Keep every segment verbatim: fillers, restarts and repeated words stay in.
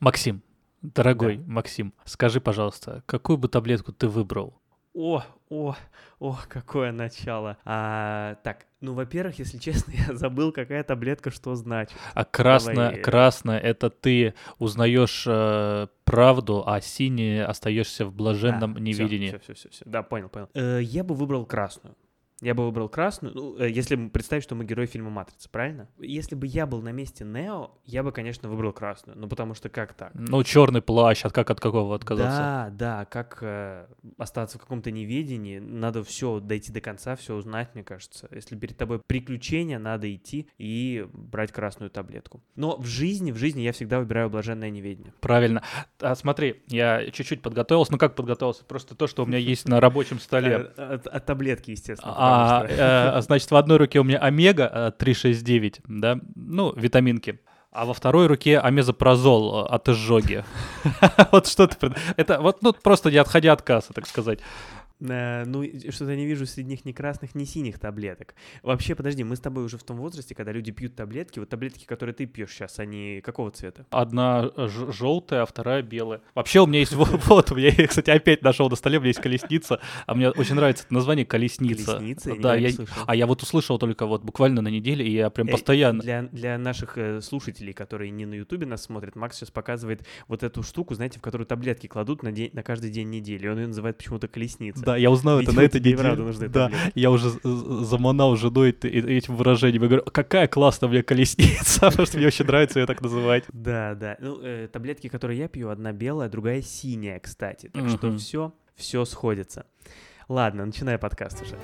Максим, дорогой Да. Максим, скажи, пожалуйста, какую бы таблетку ты выбрал? О, о, о, какое начало. А, так, ну, во-первых, если честно, я забыл, какая таблетка что значит. А красная, Давай. красная это ты узнаешь э, правду, а синяя остаешься в блаженном А, невидении. Все, все, все, все. Да, понял, понял. Э, я бы выбрал красную. Я бы выбрал красную, ну, э, если мы представить, что мы герой фильма «Матрица», правильно? Если бы я был на месте Нео, я бы, конечно, выбрал красную. Ну, потому что как так? Ну, черный плащ, от как от какого отказаться? Да, да, как э, остаться в каком-то неведении, надо все дойти до конца, все узнать, мне кажется. Если перед тобой приключения, надо идти и брать красную таблетку. Но в жизни, в жизни я всегда выбираю блаженное неведение. Правильно. А, смотри, я чуть-чуть подготовился. Ну, как подготовился? Просто то, что у меня есть на рабочем столе. От, от таблетки, естественно. А, потому что- э, значит, в одной руке у меня омега э, триста шестьдесят девять, да, ну, витаминки. А во второй руке омезопрозол э, от изжоги. Вот что ты... пред- Это вот, ну, просто не отходя от кассы, так сказать. Э, Ну, и что-то не вижу среди них ни красных, ни синих таблеток. Вообще, подожди, мы с тобой уже в том возрасте, когда люди пьют таблетки. Вот таблетки, которые ты пьешь сейчас, они какого цвета? Одна желтая, а вторая белая. Вообще у меня есть... Вот, вот, у меня, кстати, опять нашел на столе, у меня есть колесница. А мне очень нравится это название колесница. Колесница? Я Да, никогда не я, слышал. а я вот услышал только вот буквально на неделе, и я прям Э, постоянно... Для, для наших э, слушателей, которые не на Ютубе нас смотрят, Макс сейчас показывает вот эту штуку, знаете, в которую таблетки кладут на, день, на каждый день недели. И он ее называет почему-то колесница. Да, я узнал это Видимо, на этой тебе и неделе. правда нужны Да, таблетки. я уже з- з- заманал женой эт- э- этим выражением. Я говорю, какая классная у меня колесница, потому что мне очень нравится ее так называть. Да, да. Ну, э, таблетки, которые я пью, одна белая, другая синяя, кстати. Так что Мгм. все, все сходится. Ладно, начинай подкаст уже.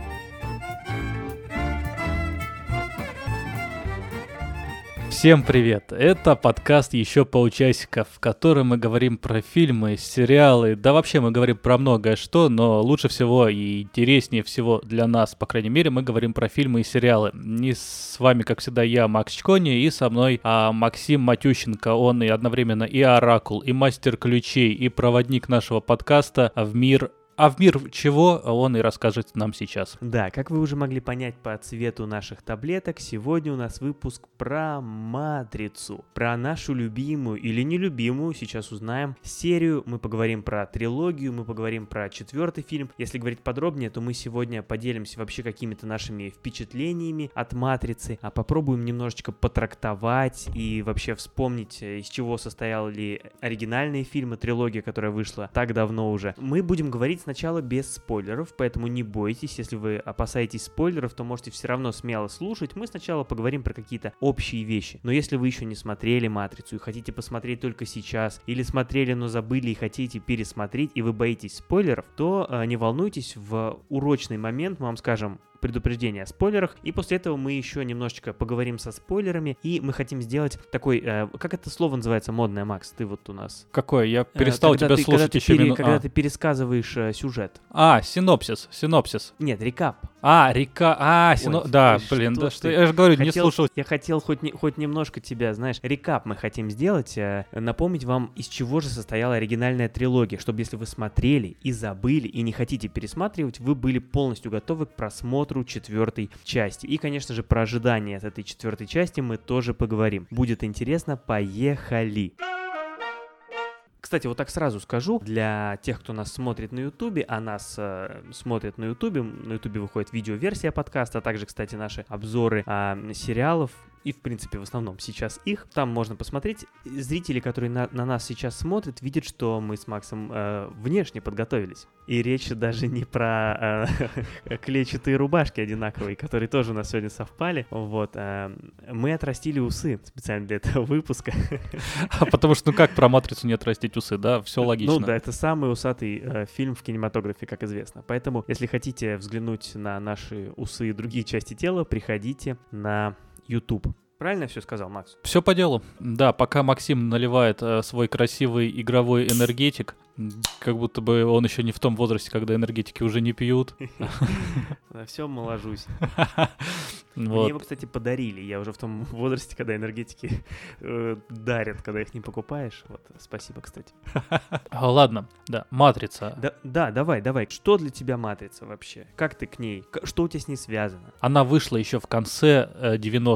Всем привет! Это подкаст «Еще полчасика», в котором мы говорим про фильмы, сериалы, да вообще мы говорим про многое что, но лучше всего и интереснее всего для нас, по крайней мере, мы говорим про фильмы и сериалы. И с вами, как всегда, я, Макс Чкони, и со мной а, Максим Матющенко, он и одновременно и оракул, и мастер ключей, и проводник нашего подкаста в мир... А в мир чего он и расскажет нам сейчас. Да, как вы уже могли понять по цвету наших таблеток, сегодня у нас выпуск про «Матрицу», про нашу любимую или нелюбимую, сейчас узнаем, серию. Мы поговорим про трилогию, мы поговорим про четвертый фильм. Если говорить подробнее, то мы сегодня поделимся вообще какими-то нашими впечатлениями от «Матрицы», а попробуем немножечко потрактовать и вообще вспомнить, из чего состояли оригинальные фильмы, трилогия, которая вышла так давно уже. Мы будем говорить сначала без спойлеров, поэтому не бойтесь, если вы опасаетесь спойлеров, то можете все равно смело слушать. Мы сначала поговорим про какие-то общие вещи. Но если вы еще не смотрели «Матрицу» и хотите посмотреть только сейчас, или смотрели, но забыли и хотите пересмотреть, и вы боитесь спойлеров, то э, не волнуйтесь, в урочный момент мы вам скажем предупреждение о спойлерах, и после этого мы еще немножечко поговорим со спойлерами, и мы хотим сделать такой, э, как это слово называется модное, Макс, ты вот у нас... Какое? Я Э, перестал когда тебя ты- слушать когда ты еще пере- минут... Когда А. ты пересказываешь э, сюжет. А, синопсис, синопсис. Нет, рекап. А, река, а, сино... Ой, да, ой, блин, что да ты? что, я же говорю, не Хотел- слушал. Я хотел хоть, не- хоть немножко тебя, знаешь, рекап мы хотим сделать, э, напомнить вам, из чего же состояла оригинальная трилогия, чтобы если вы смотрели и забыли, и не хотите пересматривать, вы были полностью готовы к просмотру четвертой части. И, конечно же, про ожидания от этой четвертой части мы тоже поговорим. Будет интересно, поехали! Кстати, вот так сразу скажу, для тех, кто нас смотрит на Ютубе, а нас э, смотрят на Ютубе, на Ютубе выходит видеоверсия подкаста, а также, кстати, наши обзоры э, сериалов, и, в принципе, в основном сейчас их. Там можно посмотреть. Зрители, которые на, на нас сейчас смотрят, видят, что мы с Максом э, внешне подготовились. И речь даже не про э, клетчатые рубашки одинаковые, которые тоже у нас сегодня совпали. Вот. Э, мы отрастили усы специально для этого выпуска. Потому что, ну как про «Матрицу» не отрастить усы, да? Все логично. Ну да, это самый усатый э, фильм в кинематографе, как известно. Поэтому, если хотите взглянуть на наши усы и другие части тела, приходите на YouTube. Правильно я все сказал, Макс? Все по делу. Да, пока Максим наливает э, свой красивый игровой энергетик, м, как будто бы он еще не в том возрасте, когда энергетики уже не пьют. На всем моложусь. Вот. Мне его, кстати, подарили. Я уже в том возрасте, когда энергетики э, дарят, когда их не покупаешь. Вот, спасибо, кстати. А, Ладно, да, «Матрица». Да, да, давай, давай. Что для тебя «Матрица» вообще? Как ты к ней? К- Что у тебя с ней связано? Она вышла еще в конце э, девяностых.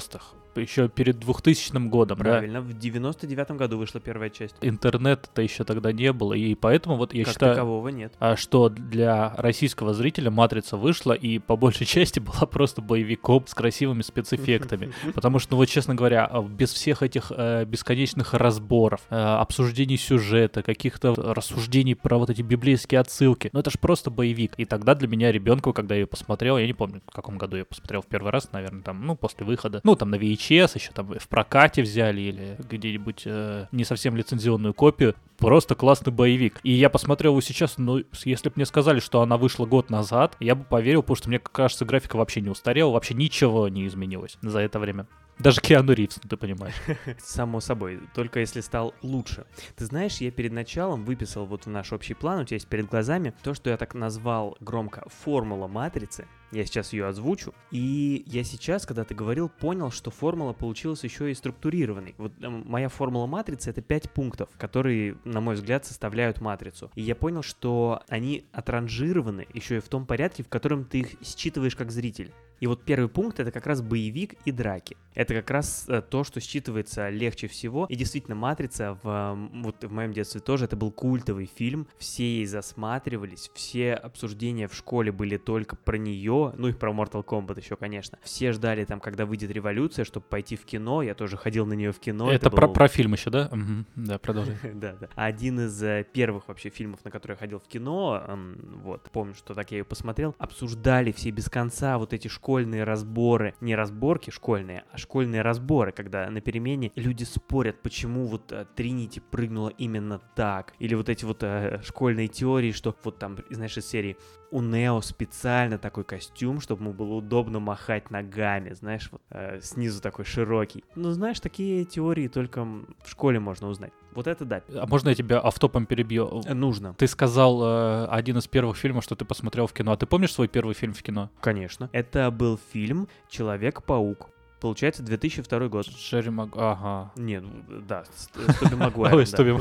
еще перед двухтысячным годом, Правильно, да? в девяносто девятом году вышла первая часть. Интернета-то еще тогда не было, и поэтому вот я как считаю, такового нет. что для российского зрителя «Матрица» вышла и по большей части была просто боевиком с красивыми спецэффектами. Потому что, ну вот честно говоря, без всех этих э, бесконечных разборов, э, обсуждений сюжета, каких-то рассуждений про вот эти библейские отсылки, ну это же просто боевик. И тогда для меня ребенку, когда я ее посмотрел, я не помню, в каком году я посмотрел в первый раз, наверное, там, ну, после выхода, ну, там на ви эйч эс еще там в прокате взяли или где-нибудь э, не совсем лицензионную копию, просто классный боевик. И я посмотрел его сейчас, ну, если бы мне сказали, что она вышла год назад, я бы поверил, потому что, мне кажется, графика вообще не устарела, вообще ничего не изменилось за это время. Даже Киану Ривз, ну, ты понимаешь. Само собой, только если стал лучше. Ты знаешь, я перед началом выписал вот в наш общий план, у тебя есть перед глазами, то, что я так назвал громко «формула матрицы». Я сейчас ее озвучу. И я сейчас, когда ты говорил, понял, что формула получилась еще и структурированной. Вот э, моя формула матрицы — это пять пунктов, которые, на мой взгляд, составляют матрицу. И я понял, что они отранжированы еще и в том порядке, в котором ты их считываешь как зритель. И вот первый пункт — это как раз боевик и драки. Это как раз э, то, что считывается легче всего. И действительно, «Матрица» в, э, вот в моем детстве тоже, это был культовый фильм. Все ей засматривались, все обсуждения в школе были только про нее. Ну и про Mortal Kombat еще, конечно. Все ждали там, когда выйдет «Революция», чтобы пойти в кино. Я тоже ходил на нее в кино. Это, это про, был... про фильм еще, да? Угу. Да, продолжай. Да, да. Один из э, первых вообще фильмов, на которые я ходил в кино, э, вот, помню, что так я ее посмотрел, обсуждали все без конца вот эти школьные разборы. Не разборки школьные, а школьные разборы, когда на перемене люди спорят, почему вот э, Тринити прыгнула именно так. Или вот эти вот э, школьные теории, что вот там, знаешь, из серии у Нео специально такой костюм, чтобы ему было удобно махать ногами, знаешь, вот э, снизу такой широкий. Ну, знаешь, такие теории только в школе можно узнать. Вот это да. А можно я тебя автопом перебью? Нужно. Ты сказал э, один из первых фильмов, что ты посмотрел в кино. А ты помнишь свой первый фильм в кино? Конечно. Это был фильм «Человек-паук». Получается, две тысячи второй год. Джерри Маг... Ага. Нет, да, с, с Тоби Магуайром. Ой, с Тоби,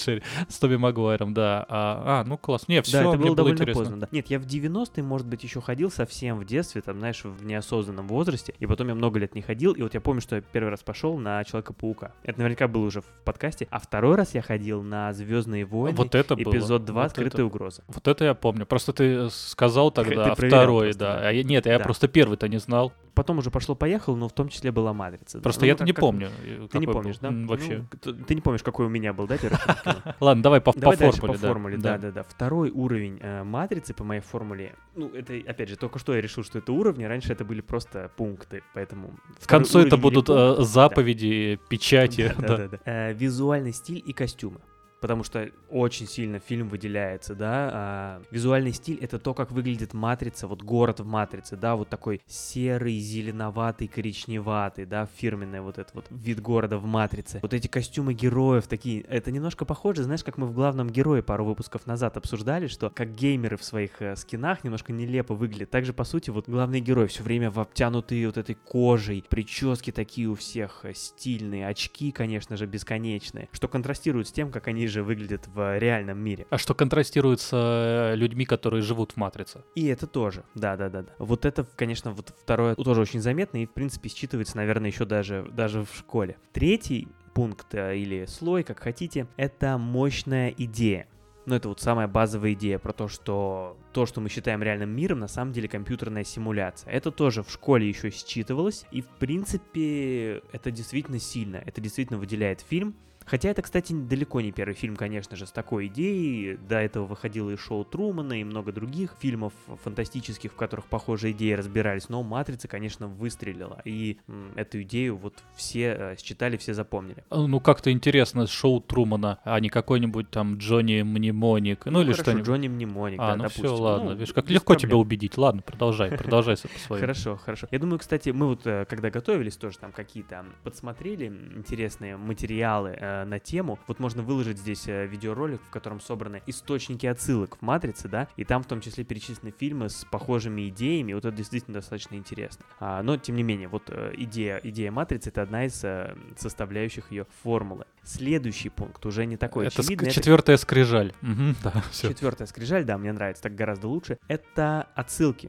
с Тоби Магуайром, да. А, а, ну класс. Не, все, да, это мне было довольно интересно. поздно. Да. Нет, я в девяностые, может быть, еще ходил совсем в детстве, там, знаешь, в неосознанном возрасте, и потом я много лет не ходил, и вот я помню, что я первый раз пошел на Человека-паука. Это наверняка было уже в подкасте. А второй раз я ходил на «Звездные войны», вот это эпизод два, вот «Скрытая это... угроза». Вот это я помню. Просто ты сказал тогда ты второй, просто, да. да. А я, нет, я да. просто первый-то не знал. Потом уже пошло-поехало, но в том числе была «Матрица». Просто да? я ну, это как, не как... помню. Ты не помнишь, был? да? Вообще. Ну, ты не помнишь, какой у меня был, да, первый фильм? Ладно, давай по Давай дальше формуле. по формуле, да-да-да. Второй уровень э, «Матрицы» по моей формуле, ну, это, опять же, только что я решил, что это уровни, раньше это были просто пункты, поэтому... В конце это будут э, заповеди, да. печати. Да-да-да. Э, визуальный стиль и костюмы. Потому что очень сильно фильм выделяется, да, а, визуальный стиль — это то, как выглядит «Матрица», вот город в «Матрице», да, вот такой серый, зеленоватый, коричневатый, да, фирменный вот этот вот вид города в «Матрице». Вот эти костюмы героев такие, это немножко похоже, знаешь, как мы в «Главном герое» пару выпусков назад обсуждали, что как геймеры в своих э, скинах немножко нелепо выглядят. Также, по сути, вот главный герой все время в обтянутые вот этой кожей, прически такие у всех стильные, очки, конечно же, бесконечные, что контрастирует с тем, как они же выглядят в реальном мире. А что контрастирует с людьми, которые живут в «Матрице». И это тоже, да-да-да. Вот это, конечно, вот второе тоже очень заметно и, в принципе, считывается, наверное, еще даже, даже в школе. Третий пункт или слой, как хотите, это мощная идея. Ну, это вот самая базовая идея про то, что то, что мы считаем реальным миром, на самом деле компьютерная симуляция. Это тоже в школе еще считывалось, и, в принципе, это действительно сильно, это действительно выделяет фильм. Хотя это, кстати, далеко не первый фильм, конечно же, с такой идеей. До этого выходило и шоу Трумана, и много других фильмов фантастических, в которых похожие идеи разбирались. Но «Матрица», конечно, выстрелила. И м, эту идею вот все э, считали, все запомнили. Ну, как-то интересно, шоу Трумана, а не какой-нибудь там Джонни Мнемоник. Ну, ну или хорошо, что-нибудь. Джонни Мнемоник, а, да, ну допустим. все, ладно. Ну, видишь, как без легко проблем. тебя убедить. Ладно, продолжай, продолжай по своему. Хорошо, хорошо. Я думаю, кстати, мы вот, когда готовились, тоже там какие-то подсмотрели интересные материалы на тему. Вот можно выложить здесь видеоролик, в котором собраны источники отсылок в «Матрице», да, и там в том числе перечислены фильмы с похожими идеями, вот это действительно достаточно интересно. А, но, тем не менее, вот идея, идея «Матрицы» — это одна из составляющих ее формулы. Следующий пункт уже не такой это очевидный. Ск- четвертая скрижаль. Угу, да, четвертая скрижаль, да, мне нравится, так гораздо лучше. Это отсылки.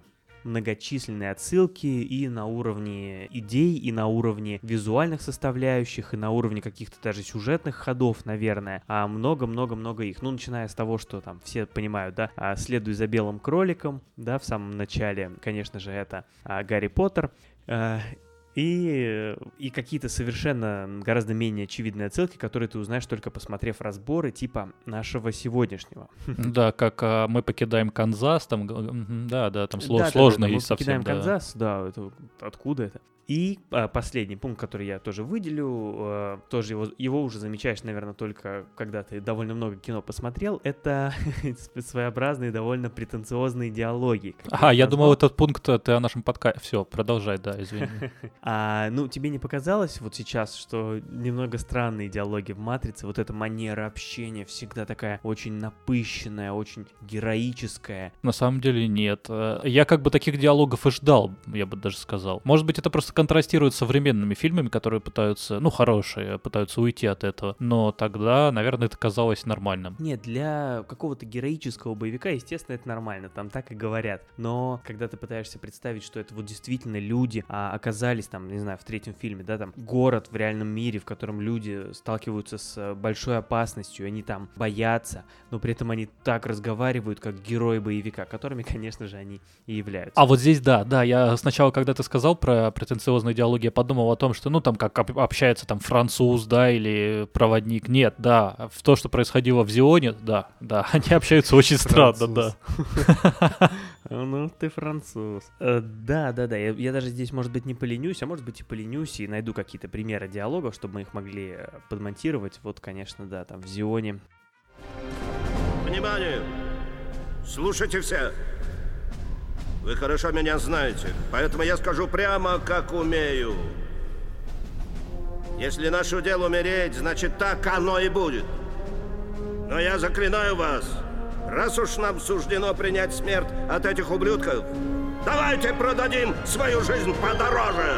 многочисленные отсылки и на уровне идей, и на уровне визуальных составляющих, и на уровне каких-то даже сюжетных ходов, наверное, а много-много-много их. Ну, начиная с того, что там все понимают, да, а, «Следуй за белым кроликом», да, в самом начале, конечно же, это а, Гарри Поттер, а, И, и какие-то совершенно гораздо менее очевидные отсылки, которые ты узнаешь только посмотрев разборы типа нашего сегодняшнего. Да, как а, мы покидаем Канзас, там, да, да, там сло- да, сложно да, да, и мы совсем. покидаем Да. Канзас, да, это, откуда это? И а, последний пункт, который я тоже выделю, а, тоже его, его уже замечаешь, наверное, только когда ты довольно много кино посмотрел, это своеобразные, довольно претенциозные диалоги. А, я думал, этот пункт ты о нашем подкасте. Все, продолжай, да, извини. А, ну, тебе не показалось вот сейчас, что немного странные диалоги в «Матрице», вот эта манера общения всегда такая очень напыщенная, очень героическая? На самом деле нет. Я как бы таких диалогов и ждал, я бы даже сказал. Может быть, это просто контрастирует с современными фильмами, которые пытаются, ну, хорошие, пытаются уйти от этого. Но тогда, наверное, это казалось нормальным. Нет, для какого-то героического боевика, естественно, это нормально, там так и говорят. Но когда ты пытаешься представить, что это вот действительно люди а, оказались там, не знаю, в третьем фильме, да, там город в реальном мире, в котором люди сталкиваются с большой опасностью, они там боятся, но при этом они так разговаривают, как герои боевика, которыми, конечно же, они и являются. А вот здесь, да, да, я сначала, когда ты сказал про претенциозные диалоги, я подумал о том, что, ну, там, как общается там француз, да, или проводник. Нет, да, в то, что происходило в Зионе, да, да, они общаются очень странно, да. Ну, ты француз. Да, да, да, я даже здесь, может быть, не поленюсь, а может быть и поленюсь, и найду какие-то примеры диалогов, чтобы мы их могли подмонтировать. Вот, конечно, да, там в Зионе. Внимание! Слушайте все! Вы хорошо меня знаете, поэтому я скажу прямо, как умею. Если наше дело умереть, значит так оно и будет. Но я заклинаю вас, раз уж нам суждено принять смерть от этих ублюдков, давайте продадим свою жизнь подороже!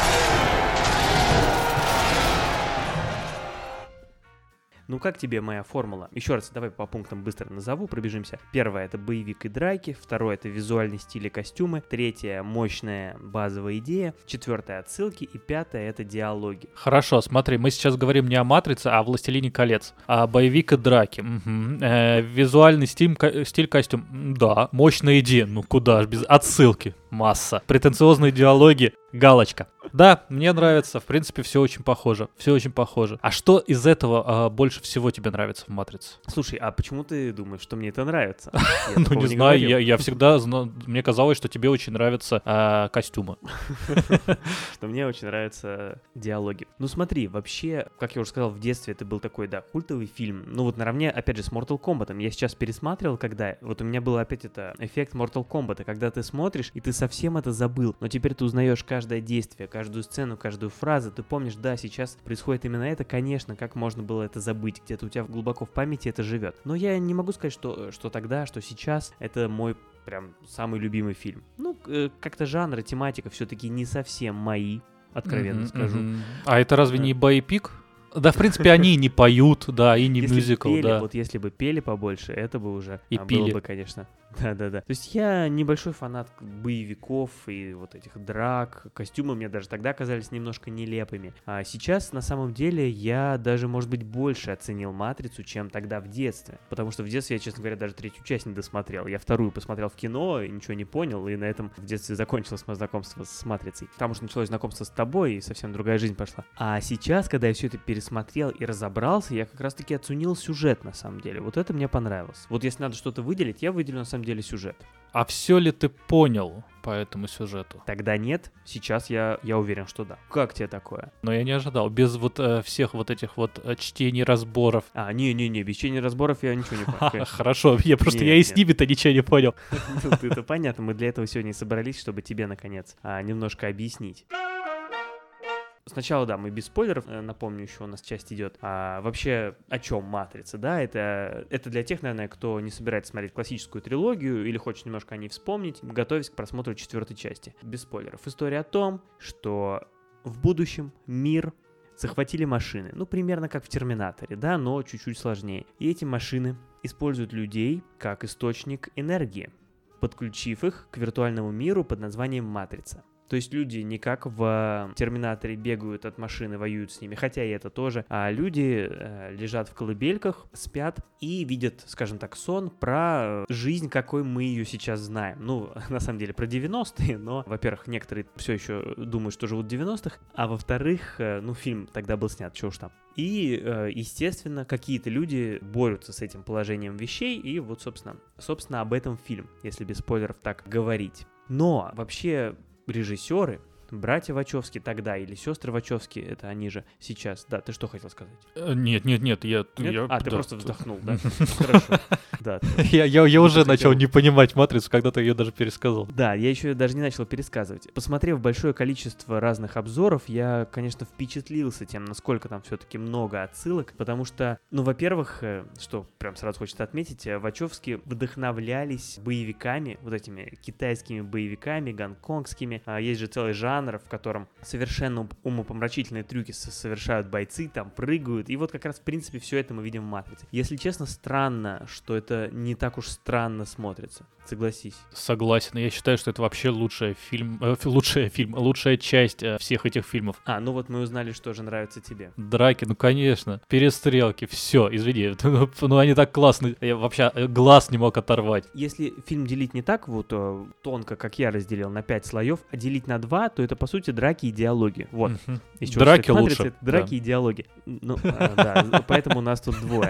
Ну как тебе моя формула? Еще раз, давай по пунктам быстро назову, пробежимся. Первое — это боевик и драки. Второе — это визуальный стиль и костюмы. Третье — мощная базовая идея. Четвертое — отсылки. И пятое — это диалоги. Хорошо, смотри, мы сейчас говорим не о «Матрице», а о «Властелине колец». А боевик и драки. Угу. Э, визуальный стиль, стиль, костюм. Да. Мощная идея. Ну куда ж без отсылки. Масса. Претенциозные диалоги. Галочка. Да, мне нравится. В принципе, все очень похоже. Все очень похоже. А что из этого а, больше всего тебе нравится в «Матрице»? Слушай, а почему ты думаешь, что мне это нравится? Ну, не знаю, я всегда... Мне казалось, что тебе очень нравятся костюмы. Что мне очень нравятся диалоги. Ну смотри, вообще, как я уже сказал, в детстве это был такой, да, культовый фильм. Ну вот наравне, опять же, с Mortal Kombat. Я сейчас пересматривал, когда... Вот у меня был опять это эффект Mortal Kombat, когда ты смотришь, и ты совсем это забыл. Но теперь ты узнаешь каждое действие, каждую сцену, каждую фразу. Ты помнишь, да, сейчас происходит именно это. Конечно, как можно было это забыть? Где-то у тебя глубоко в памяти это живет. Но я не могу сказать, что, что тогда, что сейчас это мой прям самый любимый фильм. Ну, э, как-то жанр и тематика все-таки не совсем мои, откровенно mm-hmm, скажу. Mm-hmm. А это разве не боепик? Да, в принципе, они не поют, да, и не мюзикл, да. Вот если бы пели побольше, это бы уже и а, пили. Было бы, конечно. Да-да-да. То есть я небольшой фанат боевиков и вот этих драк. Костюмы мне даже тогда казались немножко нелепыми. А сейчас, на самом деле, я даже, может быть, больше оценил «Матрицу», чем тогда в детстве. Потому что в детстве я, честно говоря, даже третью часть не досмотрел. Я вторую посмотрел в кино и ничего не понял, и на этом в детстве закончилось мое знакомство с «Матрицей». Там уж началось знакомство с тобой, и совсем другая жизнь пошла. А сейчас, когда я все это пересмотрел и разобрался, я как раз-таки оценил сюжет, на самом деле. Вот это мне понравилось. Вот если надо что-то выделить, я выделю, на самом деле, сюжет. А все ли ты понял по этому сюжету? Тогда нет, сейчас я, я уверен, что да. Как тебе такое? Но я не ожидал, без вот э, всех вот этих вот э, чтений, разборов. А, не-не-не, без чтений, разборов я ничего не понял. Хорошо, я просто, я и с ними-то ничего не понял. Это понятно, мы для этого сегодня собрались, чтобы тебе, наконец, немножко объяснить. Сначала, да, мы без спойлеров, напомню, еще у нас часть идет. А вообще, о чем «Матрица», да? Это, это для тех, наверное, кто не собирается смотреть классическую трилогию или хочет немножко о ней вспомнить, готовясь к просмотру четвертой части. Без спойлеров. История о том, что в будущем мир захватили машины. Ну, примерно как в «Терминаторе», да, но чуть-чуть сложнее. И эти машины используют людей как источник энергии. подключив их к виртуальному миру под названием «Матрица». То есть люди не как в «Терминаторе» бегают от машины, воюют с ними, хотя и это тоже, а люди э, лежат в колыбельках, спят и видят, скажем так, сон про жизнь, какой мы ее сейчас знаем. Ну, на самом деле, про девяностые, но, во-первых, некоторые все еще думают, что живут в девяностых, а во-вторых, э, ну, фильм тогда был снят, чего уж там. И, э, естественно, какие-то люди борются с этим положением вещей, и вот, собственно, собственно, об этом фильм, если без спойлеров так говорить. Но вообще... режиссеры, братья Вачовски тогда или сестры Вачовски, это они же сейчас. Да, ты что хотел сказать? Нет, нет, нет, я... Нет? я а, ты да, просто тут... вздохнул, да? Хорошо. Да. Я, я, я уже начал не понимать «Матрицу», когда ты ее даже пересказал. Да, я еще даже не начал пересказывать. Посмотрев большое количество разных обзоров, я, конечно, впечатлился тем, насколько там все-таки много отсылок, потому что, ну, во-первых, что прям сразу хочется отметить, Вачовски вдохновлялись боевиками, вот этими китайскими боевиками, гонконгскими. Есть же целый жанр, в котором совершенно умопомрачительные трюки совершают бойцы, там прыгают, и вот как раз, в принципе, все это мы видим в «Матрице». Если честно, странно, что это не так уж странно смотрится. Согласись. Согласен. Я считаю, что это вообще лучший фильм, э, лучший фильм, лучшая часть э, всех этих фильмов. А, ну вот мы узнали, что же нравится тебе. Драки, ну конечно. Перестрелки, все, извини. Ну, ну они так классно. Я вообще глаз не мог оторвать. Если фильм делить не так вот тонко, как я разделил, на пять слоев, а делить на два, то это, по сути, драки и диалоги. Вот. Uh-huh. Еще драки раз, лучше. Это драки да. и диалоги. Ну, да, поэтому у нас тут двое.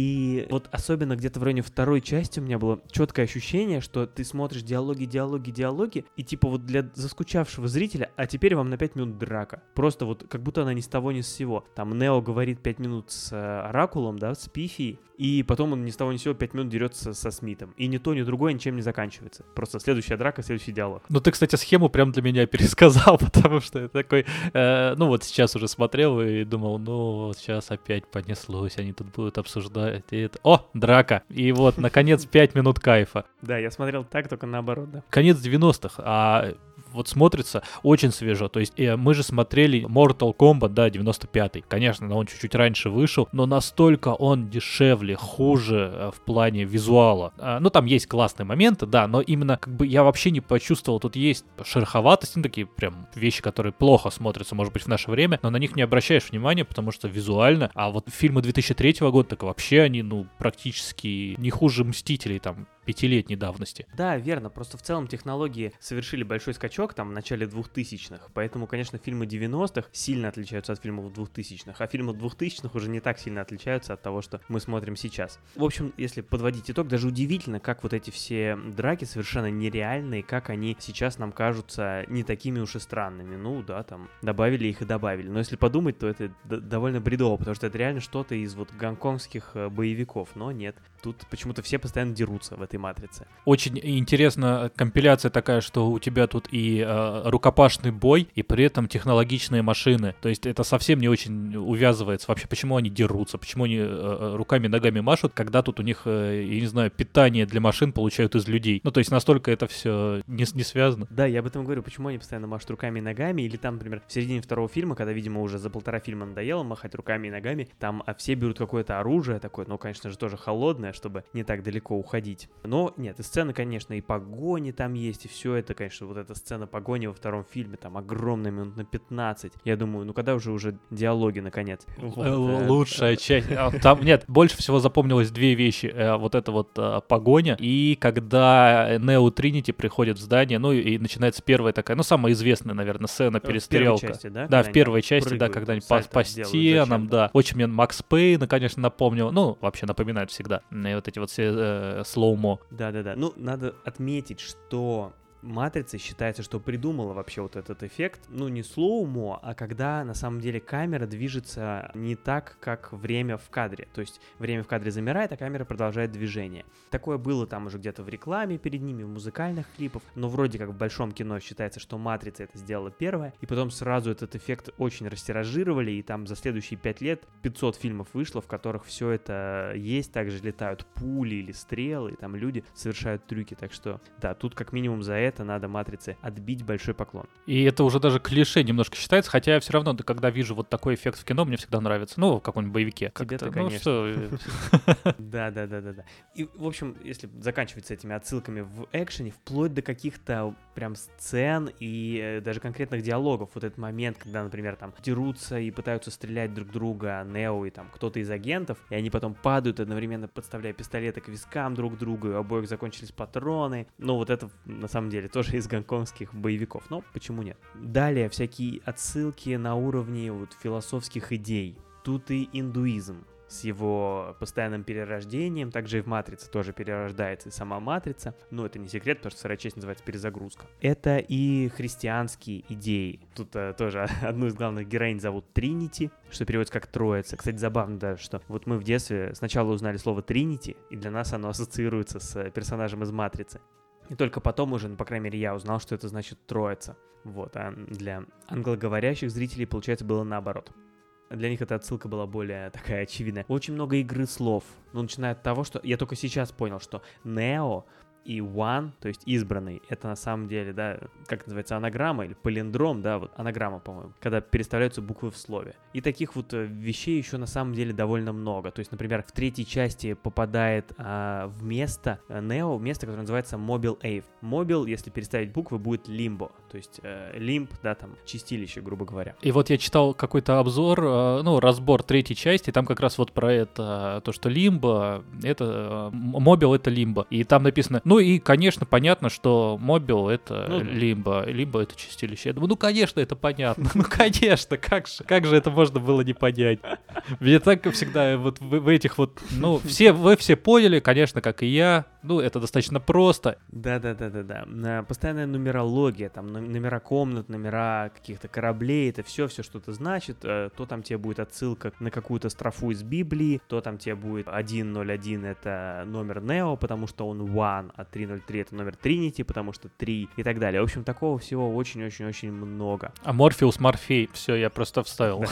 И вот особенно где-то в районе второй части у меня было четкое ощущение, что ты смотришь диалоги, диалоги, диалоги, и типа вот для заскучавшего зрителя, а теперь вам на пять минут драка. Просто вот как будто она ни с того, ни с сего. Там Нео говорит пять минут с э, Оракулом, да, с Пифией, и потом он ни с того, ни с сего пять минут дерется со Смитом. И ни то, ни другое ничем не заканчивается. Просто следующая драка, следующий диалог. Ну ты, кстати, схему прям для меня пересказал, потому что я такой, э, ну вот сейчас уже смотрел и думал, ну вот сейчас опять понеслось, они тут будут обсуждать и это. О, драка! И вот, наконец, пять минут кайфа. Да, я смотрел так, только наоборот, да. Конец девяностых, а вот смотрится очень свежо. То есть э, мы же смотрели Mortal Kombat, да, девяносто пятый. Конечно, он чуть-чуть раньше вышел, но настолько он дешевле, хуже э, в плане визуала. А, ну, там есть классные моменты, да, но именно как бы я вообще не почувствовал, тут есть шероховатости, ну, такие прям вещи, которые плохо смотрятся, может быть, в наше время, но на них не обращаешь внимания, потому что визуально, а вот фильмы две тысячи третьего года, так вообще они, ну, практически не хуже «Мстителей», там, пятилетней давности. Да, верно, просто в целом технологии совершили большой скачок там в начале двухтысячных, поэтому, конечно, фильмы девяностых сильно отличаются от фильмов двухтысячных, а фильмы двухтысячных уже не так сильно отличаются от того, что мы смотрим сейчас. В общем, если подводить итог, даже удивительно, как вот эти все драки совершенно нереальные, как они сейчас нам кажутся не такими уж и странными. Ну да, там добавили их и добавили, но если подумать, то это д- довольно бредово, потому что это реально что-то из вот гонконгских э, боевиков, но нет, тут почему-то все постоянно дерутся в этой матрице. Очень интересно, компиляция такая, что у тебя тут и э, рукопашный бой, и при этом технологичные машины. То есть это совсем не очень увязывается. Вообще, почему они дерутся, почему они э, руками, ногами машут, когда тут у них, э, я не знаю, питание для машин получают из людей. Ну, то есть настолько это все не, не связано. Да, я об этом говорю, почему они постоянно машут руками и ногами, или там, например, в середине второго фильма, когда, видимо, уже за полтора фильма надоело махать руками и ногами, там а все берут какое-то оружие такое, ну, конечно же, тоже холодное, чтобы не так далеко уходить. Но нет, и сцены, конечно, и погони там есть, и все это, конечно, вот эта сцена погони во втором фильме, там огромная, минут на пятнадцать. Я думаю, ну когда уже уже диалоги, наконец? Вот. Лучшая часть. Там, нет, больше всего запомнилось две вещи. Вот это вот погоня, и когда Нео Тринити приходит в здание, ну и начинается первая такая, ну самая известная, наверное, сцена, перестрелка. В первой части, да? Да, в первой части, да, когда они по, по стенам, да. Очень мне Макс Пейна, конечно, напомнил, ну, вообще напоминает всегда. И вот эти вот все э, слоумо. Да-да-да. Ну, надо отметить, что «Матрица» считается, что придумала вообще вот этот эффект, ну, не слоумо, а когда на самом деле камера движется не так, как время в кадре. То есть время в кадре замирает, а камера продолжает движение. Такое было там уже где-то в рекламе перед ними, в музыкальных клипах, но вроде как в большом кино считается, что «Матрица» это сделала первая, и потом сразу этот эффект очень растиражировали, и там за следующие пять лет пятьсот фильмов вышло, в которых все это есть, также летают пули или стрелы, и там люди совершают трюки, так что, да, тут как минимум за это это надо «Матрице» отбить большой поклон. И это уже даже клише немножко считается, хотя я все равно, да, когда вижу вот такой эффект в кино, мне всегда нравится. Ну, в каком-нибудь боевике. Тебе-то, Ну, конечно. что... Да-да-да-да-да. И, в общем, если заканчивать с этими отсылками в экшене, вплоть до каких-то прям сцен и э, даже конкретных диалогов. Вот этот момент, когда, например, там дерутся и пытаются стрелять друг друга, Нео и там кто-то из агентов, и они потом падают, одновременно подставляя пистолеты к вискам друг другу, и у обоих закончились патроны. Ну, вот это, на самом деле, тоже из гонконгских боевиков. Но почему нет? Далее всякие отсылки на уровне вот философских идей. Тут и индуизм с его постоянным перерождением, также и в «Матрице» тоже перерождается и сама «Матрица», но это не секрет, потому что вторая часть называется «Перезагрузка». Это и христианские идеи. Тут э, тоже одну из главных героинь зовут Тринити, что переводится как «Троица». Кстати, забавно даже, что вот мы в детстве сначала узнали слово «Тринити», и для нас оно ассоциируется с персонажем из «Матрицы». И только потом уже, ну, по крайней мере, я узнал, что это значит «Троица». Вот, а для англоговорящих зрителей, получается, было наоборот. Для них эта отсылка была более такая очевидная. Очень много игры слов. Ну, начиная от того, что я только сейчас понял, что Нео и One, то есть избранный, это на самом деле, да, как это называется, анаграмма или палиндром, да, вот анаграмма, по-моему, когда переставляются буквы в слове. И таких вот вещей еще на самом деле довольно много. То есть, например, в третьей части попадает а, в место Нео, место, которое называется Mobile Ave. Mobile, если переставить буквы, будет Limbo. То есть э, Limb, да, там, чистилище, грубо говоря. И вот я читал какой-то обзор, э, ну, разбор третьей части, там как раз вот про это, то, что Limbo, это, Mobile — это Limbo. И там написано, ну и, конечно, понятно, что Mobile — это Ну, Limbo, Limbo — это чистилище. Я думаю, ну, конечно, это понятно, ну, конечно, как же, как же это можно было не понять? Мне так всегда вот в, в этих вот, ну, все, вы все поняли, конечно, как и я, ну, это достаточно просто. Да-да-да-да-да. Постоянная нумерология, там, номера комнат, номера каких-то кораблей, это все, все что-то значит. То там тебе будет отсылка на какую-то строфу из Библии, то там тебе будет сто один это номер Нео, потому что он One, а триста три это номер Тринити, потому что три и так далее. В общем, такого всего очень-очень-очень много. А Морфеус, Морфей, все, я просто вставил.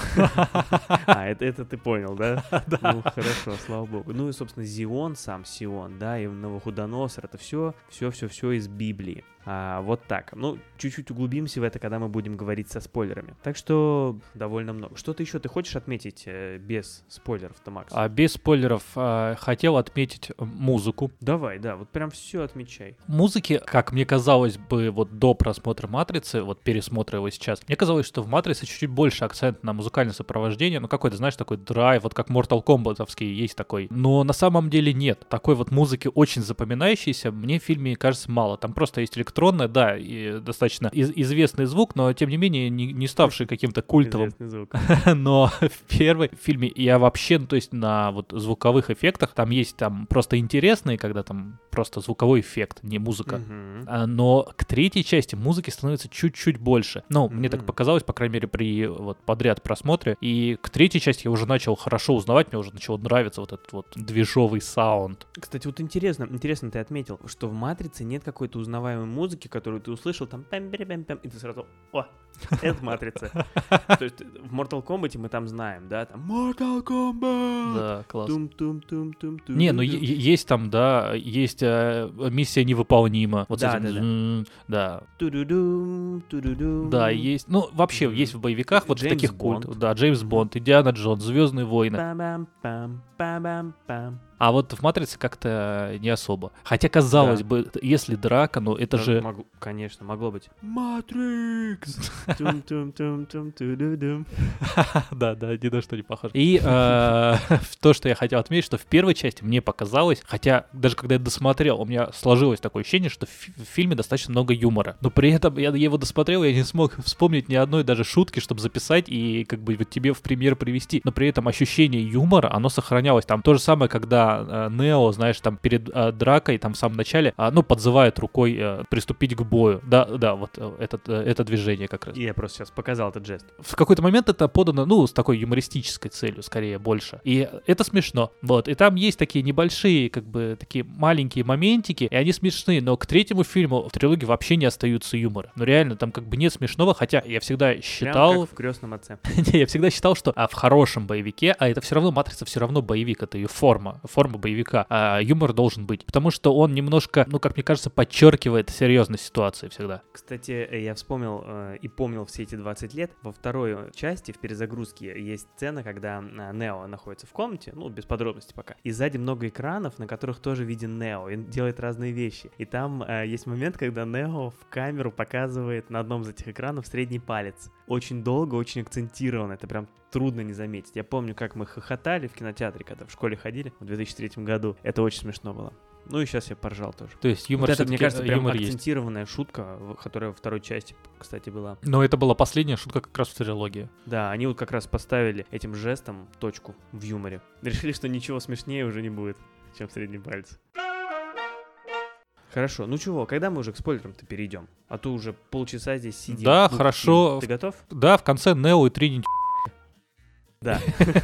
А, это, это ты понял, да? Да. Ну, хорошо, слава богу. Ну и, собственно, Зион, сам Сион, да, и Навуходоносор, это все, все-все-все из Библии. А, вот так. Ну, чуть-чуть углубимся в это, когда мы будем говорить со спойлерами. Так что довольно много. Что-то еще ты хочешь отметить э, без спойлеров-то, Макс? А без спойлеров а, хотел отметить музыку. Давай, да, вот прям все отмечай. Музыки, как мне казалось бы, вот до просмотра «Матрицы», вот пересмотра его сейчас, мне казалось, что в «Матрице» чуть-чуть больше акцент на музыкальное сопровождение, ну какой-то, знаешь, такой драйв, вот как Mortal Kombat-овский есть такой. Но на самом деле нет. Такой вот музыки очень запоминающейся мне в фильме кажется мало. Там просто есть электронная электронная, да, и достаточно из- известный звук, но тем не менее не, не ставший каким-то культовым. Известный звук. Но в первом фильме я вообще, ну, то есть на вот звуковых эффектах, там есть там просто интересные, когда там просто звуковой эффект, не музыка. Мгм. А, Но к третьей части музыки становится чуть-чуть больше. Ну, мне так Мгм. показалось, по крайней мере, при вот подряд просмотре. И к третьей части я уже начал хорошо узнавать, мне уже начало нравиться вот этот вот движовый саунд. Кстати, вот интересно, интересно ты отметил, что в «Матрице» нет какой-то узнаваемой музыки, которую ты услышал, там пам-пам-пам-пам, и ты сразу, о, это «Матрица». То есть в Mortal Kombat мы там знаем, да, там Mortal Kombat! Да, класс. Тум-тум-тум-тум-тум. Не, ну е- е- есть там, да, есть э, миссия невыполнима. Вот с Да, этим, да, да. м, да. Ту-ду-дум, ту-ду-дум. Да, есть. Ну, вообще, Мгм. есть в боевиках вот Джеймс таких Бонд. культов. Да, Джеймс Бонд, Индиана Джонс, Звездные войны. Пам-пам-пам, пам-пам-пам. А вот в «Матрице» как-то не особо. Хотя, казалось Да. бы, если драка, ну это Да, же... могло- конечно, могло быть. Матрикс! Тум-тум-тум-тум-ту-ду-дум. Да, да, ни на что не похоже. И э, то, что я хотел отметить, что в первой части мне показалось, хотя даже когда я досмотрел, у меня сложилось такое ощущение, что в фи- в фильме достаточно много юмора. Но при этом я его досмотрел, я не смог вспомнить ни одной даже шутки, чтобы записать и как бы вот тебе в пример привести. Но при этом ощущение юмора, оно сохранялось. Там то же самое, когда э, Нео, знаешь, там перед э, дракой, там в самом начале, э, ну, подзывает рукой э, приступить к бою. Да, да, вот э, этот, э, это движение как раз. сейчас. Я просто сейчас показал этот жест. В какой-то момент это подано, ну, с такой юмористической целью, скорее, больше. И это смешно. Вот. И там есть такие небольшие, как бы, такие маленькие моментики, и они смешные, но к третьему фильму в трилогии вообще не остаются юмора. Ну, реально, там как бы нет смешного, хотя я всегда считал... Прям как в «Крестном отце». Не, я всегда считал, что а, в хорошем боевике, а это все равно, «Матрица» все равно боевик, это ее форма, форма боевика, а юмор должен быть. Потому что он немножко, ну, как мне кажется, подчеркивает серьезность ситуации всегда. Кстати, я вспомнил э, и помнил все эти двадцать лет. Во второй части, в перезагрузке, есть сцена, когда э, Нео находится в комнате, ну, без подробностей пока, и сзади много экранов, на которых тоже виден Нео, и делает разные вещи. И там э, есть момент, когда Нео в камеру показывает на одном из этих экранов средний палец. Очень долго, очень акцентированно, это прям трудно не заметить. Я помню, как мы хохотали в кинотеатре, когда в школе ходили в две тысячи третьем году. Это очень смешно было. Ну и сейчас я поржал тоже. То есть юмор вот это, мне кажется, прям юмор акцентированная есть. Шутка, которая во второй части, кстати, была. Но это была последняя шутка как раз в трилогии. Да, они вот как раз поставили этим жестом точку в юморе. Решили, что ничего смешнее уже не будет, чем средний палец. Хорошо, ну чего, когда мы уже к спойлерам-то перейдем? А то уже полчаса здесь сидим. Да, ну, хорошо. Ты готов? Да, в конце Нео и Тринити. Да.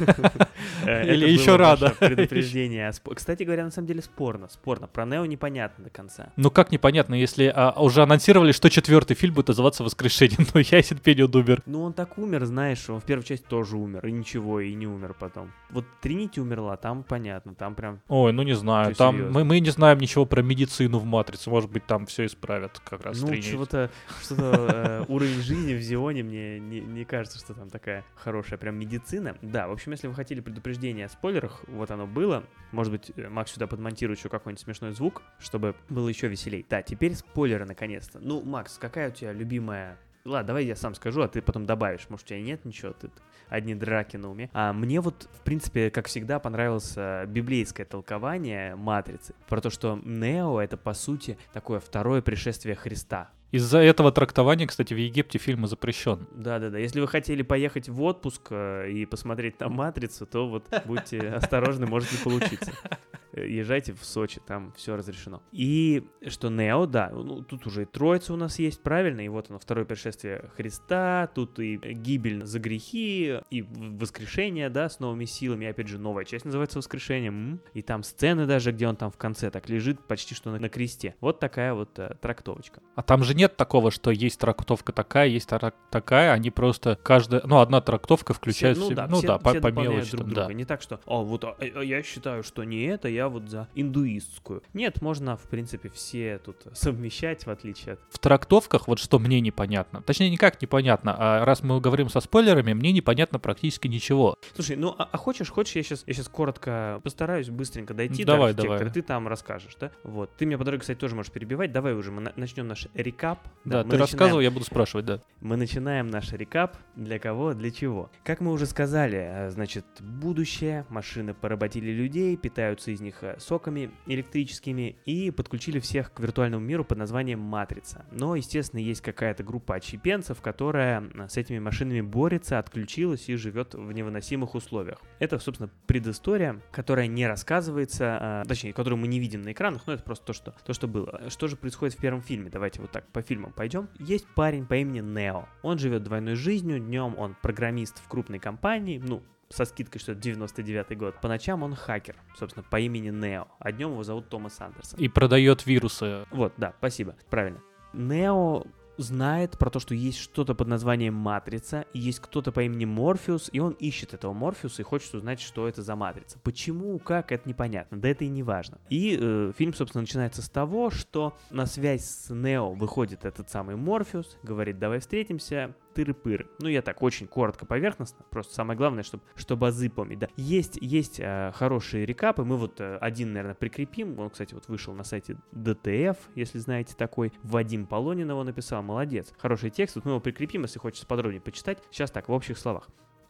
Или еще рано. Предупреждение. Кстати говоря, на самом деле спорно. Спорно. Про Нео непонятно до конца. Ну как непонятно, если а, уже анонсировали, что четвертый фильм будет называться «Воскрешение», но ясен пень он умер. Ну он так умер, знаешь, он в первой части тоже умер. И ничего, и не умер потом. Вот Тринити умерла, там понятно, там прям... Ой, ну не знаю, Всё там серьезно. мы, мы не знаем ничего про медицину в «Матрице», может быть, там все исправят как раз. Ну Тринити. чего-то, что-то э, уровень жизни в Зионе мне не, не кажется, что там такая хорошая прям медицина. Да, в общем, если вы хотели предупреждение о спойлерах, вот оно было. Может быть, Макс сюда подмонтирует еще какой-нибудь смешной звук, чтобы было еще веселей. Да, теперь спойлеры наконец-то. Ну, Макс, какая у тебя любимая... Ладно, давай я сам скажу, а ты потом добавишь. Может, у тебя нет ничего, ты одни драки на уме. А мне вот, в принципе, как всегда, понравилось библейское толкование «Матрицы». Про то, что Нео — это, по сути, такое второе пришествие Христа. Из-за этого трактования, кстати, в Египте фильм запрещен. Да-да-да. Если вы хотели поехать в отпуск э, и посмотреть там «Матрицу», то вот будьте осторожны, может не получиться. Езжайте в Сочи, там все разрешено. И что Нео, да, ну, тут уже и Троица у нас есть, правильно? И вот оно, второе пришествие Христа, тут и гибель за грехи, и воскрешение, да, с новыми силами. И опять же, новая часть называется «Воскрешением». И там сцены даже, где он там в конце так лежит, почти что на, на кресте. Вот такая вот э, трактовочка. А там же нет такого, что есть трактовка такая, есть трак- такая, они просто каждая, ну, одна трактовка включает все, в ну, себя, да, ну все, да, по, все по дополняют мелочи друг там, друга. да. Не так, что, а вот а, а я считаю, что не это, я вот за индуистскую. Нет, можно, в принципе, все тут совмещать, в отличие от... В трактовках, вот что мне непонятно, точнее, никак непонятно, а раз мы говорим со спойлерами, мне непонятно практически ничего. Слушай, ну а, а хочешь, хочешь, я сейчас, я сейчас коротко постараюсь быстренько дойти Давай, до архитектора, давай. ты там расскажешь, да? Вот. Ты меня по дороге, кстати, тоже можешь перебивать. Давай уже мы на- начнем наш рекап. Да, мы ты начинаем- рассказывал, я буду спрашивать, да. Мы начинаем наш рекап. Для кого, для чего? Как мы уже сказали, э, значит, будущее, машины поработили людей, питаются из них э, соками электрическими и подключили всех к виртуальному миру под названием Матрица. Но, естественно, есть какая-то группа отщепенцев, которая э, с этими машинами борется, отключилась и живет в невыносимых условиях. Это, собственно, предыстория, которая не рассказывается, э, точнее, которую мы не видим на экранах, но это просто то, что, то, что было. Что же происходит в первом фильме? Давайте вот так по фильмам пойдем. Есть парень по имени Нео. Он живет двойной жизнью, днем он программист в крупной компании, ну, со скидкой, что это девяносто девятый год. По ночам он хакер, собственно, по имени Нео. А днем его зовут Томас Андерсон. И продает вирусы. Вот, да, спасибо, правильно. Нео знает про то, что есть что-то под названием Матрица, и есть кто-то по имени Морфеус, и он ищет этого Морфеуса и хочет узнать, что это за Матрица. Почему, как, это непонятно, да это и не важно. И э, фильм, собственно, начинается с того, что на связь с Нео выходит этот самый Морфеус, говорит, давай встретимся, тыры-пыры. Ну, я так очень коротко, поверхностно, просто самое главное, чтобы, чтобы азы помнить, да. Есть, есть э, хорошие рекапы, мы вот э, один, наверное, прикрепим, он, кстати, вот вышел на сайте ди ти эф, если знаете такой, Вадим Полонин его написал, молодец. Хороший текст, вот мы его прикрепим, если хочется подробнее почитать. Сейчас так, в общих словах.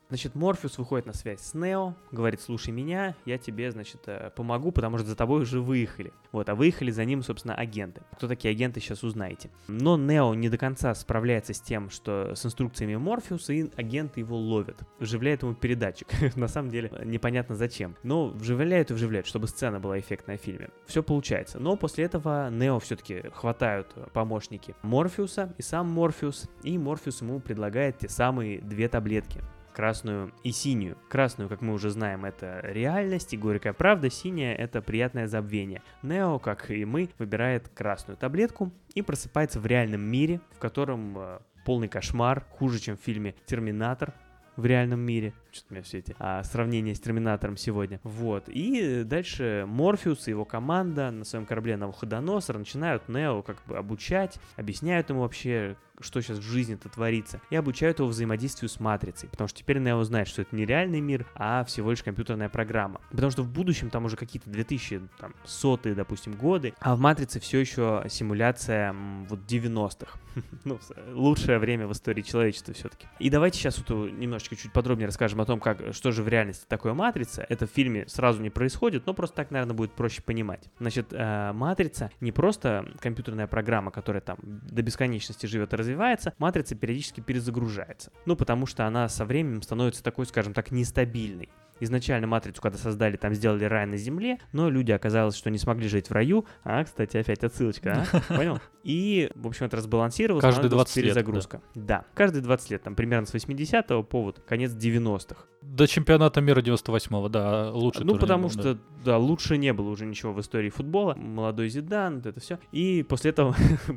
Значит, Морфеус выходит на связь с Нео, говорит: слушай меня, я тебе, значит, помогу, потому что за тобой уже выехали. Вот, а выехали за ним, собственно, агенты. Кто такие агенты, сейчас узнаете. Но Нео не до конца справляется с тем, что с инструкциями Морфеуса, и агенты его ловят. Вживляют ему передатчик. На самом деле, непонятно зачем. Но вживляют и вживляют, чтобы сцена была эффектная в фильме. Все получается. Но после этого Нео все-таки хватают помощники Морфеуса и сам Морфеус, и Морфеус ему предлагает те самые две таблетки. Красную и синюю. Красную, как мы уже знаем, это реальность и горькая правда, синяя — это приятное забвение. Нео, как и мы, выбирает красную таблетку и просыпается в реальном мире, в котором э, полный кошмар, хуже, чем в фильме «Терминатор» в реальном мире. Что-то у меня все эти а, сравнения с Терминатором сегодня. Вот. И дальше Морфеус и его команда на своем корабле Навуходоносор начинают Нео как бы обучать, объясняют ему вообще, что сейчас в жизни-то творится, и обучают его взаимодействию с Матрицей, потому что теперь Нео знает, что это не реальный мир, а всего лишь компьютерная программа. Потому что в будущем там уже какие-то две тысячи сотые, допустим, годы, а в Матрице все еще симуляция м, вот девяностых. Ну, лучшее время в истории человечества все-таки. И давайте сейчас вот немножечко чуть подробнее расскажем о том, как, что же в реальности такое Матрица. Это в фильме сразу не происходит, но просто так, наверное, будет проще понимать. Значит, э, Матрица не просто компьютерная программа, которая там до бесконечности живет и развивается, Матрица периодически перезагружается. Ну, потому что она со временем становится такой, скажем так, нестабильной. Изначально Матрицу, когда создали, там сделали рай на земле, но люди оказалось, что не смогли жить в раю. А, кстати, опять отсылочка, а? Понял? И, в общем, это разбалансировалось. Каждые двадцать лет. Перезагрузка. Да. да, каждые двадцать лет, там примерно с восьмидесятого по вот конец девяностых. До чемпионата мира девяносто восьмого, да, лучше. Ну, потому был, что, да. да, лучше не было уже ничего в истории футбола. Молодой Зидан, вот это все. И после этого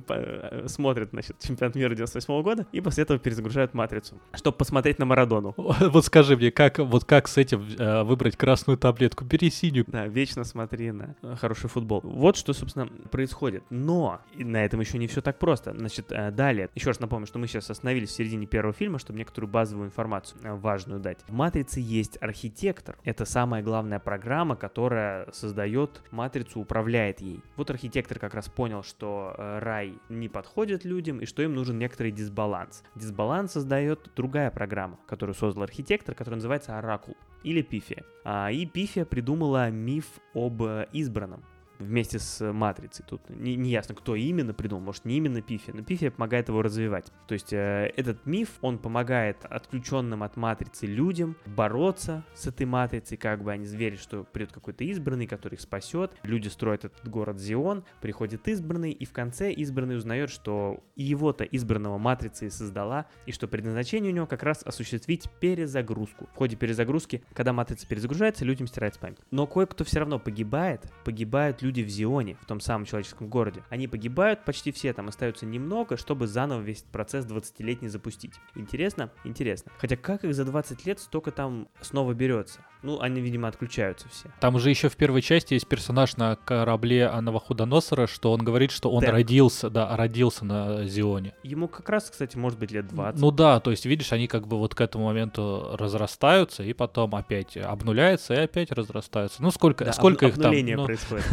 смотрят, значит, чемпионат мира девяносто восьмого года, и после этого перезагружают Матрицу, чтобы посмотреть на Марадону. Вот скажи мне, как, вот как с этим э, выбрать красную таблетку? Бери синюю. Да, вечно смотри на хороший футбол. Вот что, собственно, происходит. Но на этом еще не все так просто. Значит, далее, еще раз напомню, что мы сейчас остановились в середине первого фильма, чтобы некоторую базовую информацию важную дать. В Матрице есть архитектор. Это самая главная программа, которая создает Матрицу, управляет ей. Вот архитектор как раз понял, что рай не подходит людям и что им нужен некоторый дисбаланс. Дисбаланс создает другая программа, которую создал архитектор, которая называется Оракул или Пифия. И Пифия придумала миф об избранном вместе с Матрицей. Тут не, не ясно, кто именно придумал, может, не именно Пифия, но Пифия помогает его развивать. То есть э, этот миф, он помогает отключенным от Матрицы людям бороться с этой Матрицей, как бы они верят, что придет какой-то избранный, который их спасет. Люди строят этот город Зион, приходит избранный, и в конце избранный узнает, что его-то избранного Матрица и создала, и что предназначение у него как раз осуществить перезагрузку. В ходе перезагрузки, когда Матрица перезагружается, людям стирается память. Но кое-кто все равно погибает, погибают люди в Зионе, в том самом человеческом городе. Они погибают почти все, там остается немного, чтобы заново весь процесс двадцатилетний запустить. Интересно? Интересно. Хотя как их за двадцать лет столько там снова берется? Ну, они, видимо, отключаются все. Там уже еще в первой части есть персонаж на корабле Навуходоносора, что он говорит, что он Тен. родился, да, родился на Зионе. Ему как раз, кстати, может быть лет двадцать. Ну да, то есть, видишь, они как бы вот к этому моменту разрастаются, и потом опять обнуляются, и опять разрастаются. Ну, сколько, да, сколько об- их там? Обнуление Ну, происходит.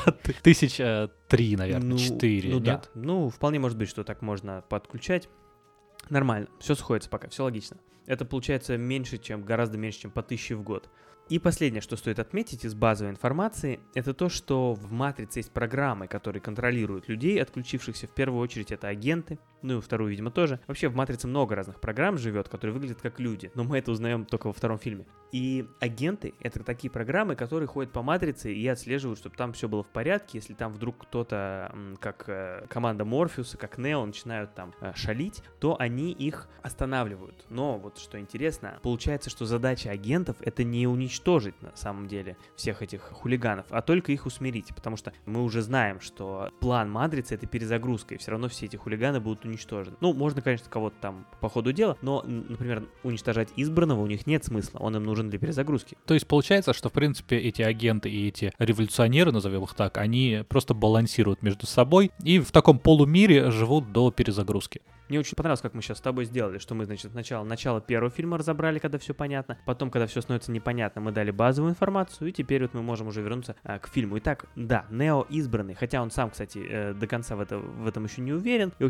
Тысяча три, наверное, Ну, четыре, ну нет? да. Ну, вполне может быть, что так можно подключать. Нормально, все сходится пока, все логично. Это получается меньше, чем, гораздо меньше, чем по тысяче в год. И последнее, что стоит отметить из базовой информации, это то, что в Матрице есть программы, которые контролируют людей, отключившихся. В первую очередь это агенты, ну и во вторую, видимо, тоже. Вообще в Матрице много разных программ живет, которые выглядят как люди, но мы это узнаем только во втором фильме. И агенты — это такие программы, которые ходят по Матрице и отслеживают, чтобы там все было в порядке. Если там вдруг кто-то, как э, команда Морфеуса, как Нео, начинают там э, шалить, то они их останавливают. Но вот что интересно, получается, что задача агентов — это не уничтожить на самом деле всех этих хулиганов, а только их усмирить, потому что мы уже знаем, что план Матрицы — это перезагрузка, и все равно все эти хулиганы будут уничтожены. Ну, можно, конечно, кого-то там по ходу дела, но, например, уничтожать избранного у них нет смысла, он им нужен для перезагрузки. То есть получается, что, в принципе, эти агенты и эти революционеры, назовем их так, они просто балансируют между собой и в таком полумире живут до перезагрузки. Мне очень понравилось, как мы сейчас с тобой сделали, что мы, значит, сначала начало первого фильма разобрали, когда все понятно, потом, когда все становится непонятно, мы дали базовую информацию, и теперь вот мы можем уже вернуться а, к фильму. Итак, да, Нео избранный, хотя он сам, кстати, э, до конца в, это, в этом еще не уверен, и, в общем, в первом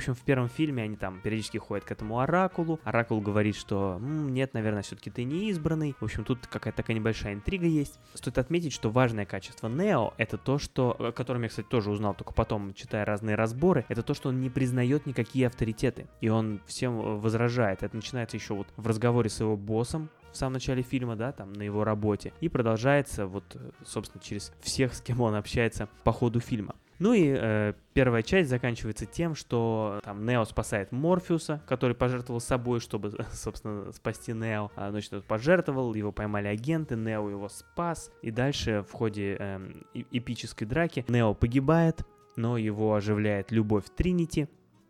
фильме они там периодически ходят к этому Оракулу. Оракул говорит, что «М, нет, наверное, все-таки ты не избранный». В общем, тут какая-то такая небольшая интрига есть. Стоит отметить, что важное качество Нео — это то, что, о котором я, кстати, тоже узнал только потом, читая разные разборы, это то, что он не признает никакие авторитеты. И он всем возражает. Это начинается еще вот в разговоре с его боссом в самом начале фильма, да, там, на его работе. И продолжается вот, собственно, через всех, с кем он общается по ходу фильма. Ну и э, первая часть заканчивается тем, что там Нео спасает Морфеуса, который пожертвовал собой, чтобы, собственно, спасти Нео. А, значит, он пожертвовал, его поймали агенты, Нео его спас. И дальше в ходе э, эпической драки Нео погибает, но его оживляет Любовь Тринити.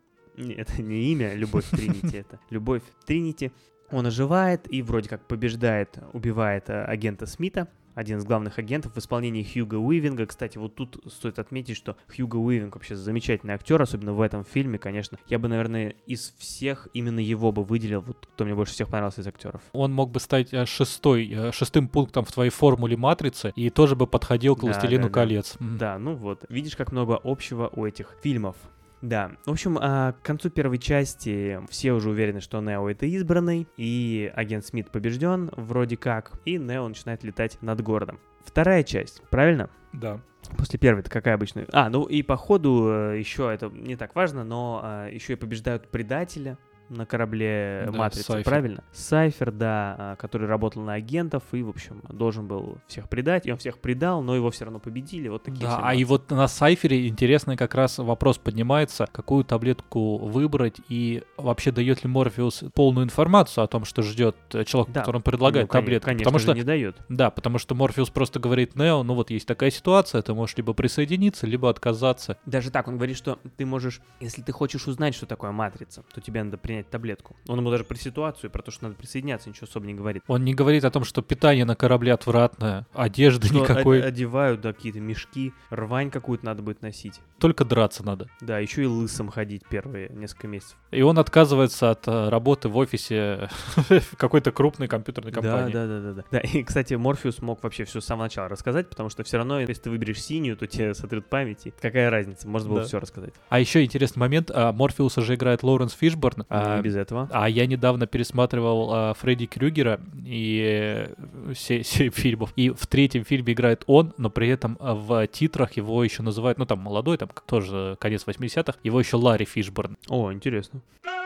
Это не имя Любовь Тринити, это Любовь Тринити. Он оживает и вроде как побеждает, убивает э, агента Смита, один из главных агентов в исполнении Хьюго Уивинга. Кстати, вот тут стоит отметить, что Хьюго Уивинг вообще замечательный актер, особенно в этом фильме, конечно. Я бы, наверное, из всех именно его бы выделил, вот кто мне больше всех понравился из актеров. Он мог бы стать э, шестой, э, шестым пунктом в твоей формуле «Матрицы» и тоже бы подходил к «Властелину да, да, колец». Да. да, ну вот, видишь, как много общего у этих фильмов. Да, в общем, а, к концу первой части все уже уверены, что Нео это избранный, и агент Смит побежден, вроде как, и Нео начинает летать над городом. Вторая часть, правильно? Да. После первой-то какая обычная? А, ну и по ходу э, еще, это не так важно, но э, еще и побеждают предателя на корабле Да, Матрицы, Сайфер. правильно? Сайфер, да, а, который работал на агентов и, в общем, должен был всех предать, и он всех предал, но его все равно победили, вот такие Да, все а и вот на Сайфере интересный как раз вопрос поднимается, какую таблетку выбрать и вообще дает ли Морфеус полную информацию о том, что ждет человек, Да. которому предлагает Ну, конечно, таблетку. Конечно потому же, что не дает. Да, потому что Морфеус просто говорит Нео, ну вот есть такая ситуация, ты можешь либо присоединиться, либо отказаться. Даже так, он говорит, что ты можешь, если ты хочешь узнать, что такое матрица, то тебе надо принять таблетку. Он ему даже про ситуацию, про то, что надо присоединяться, ничего особо не говорит. Он не говорит о том, что питание на корабле отвратное, одежды Что никакой, од- одевают, да, какие-то мешки, рвань какую-то надо будет носить. только драться надо. Да, еще и лысым ходить первые несколько месяцев. И он отказывается от э, работы в офисе какой-то крупной компьютерной компании. Да, да, да, да, да. Да, и, кстати, Морфеус мог вообще все с самого начала рассказать, потому что все равно, если ты выберешь синюю, то тебе сотрут память. И какая разница, можно было Да. все рассказать. А еще интересный момент, а, Морфеуса же играет Лоуренс Фишборн. а, Не без этого. А я недавно пересматривал а, Фредди Крюгера и э, се- семь фильмов. И в третьем фильме играет он, но при этом а, в титрах его еще называют, ну там молодой, там тоже конец восьмидесятых, его еще Ларри Фишборн. О, интересно.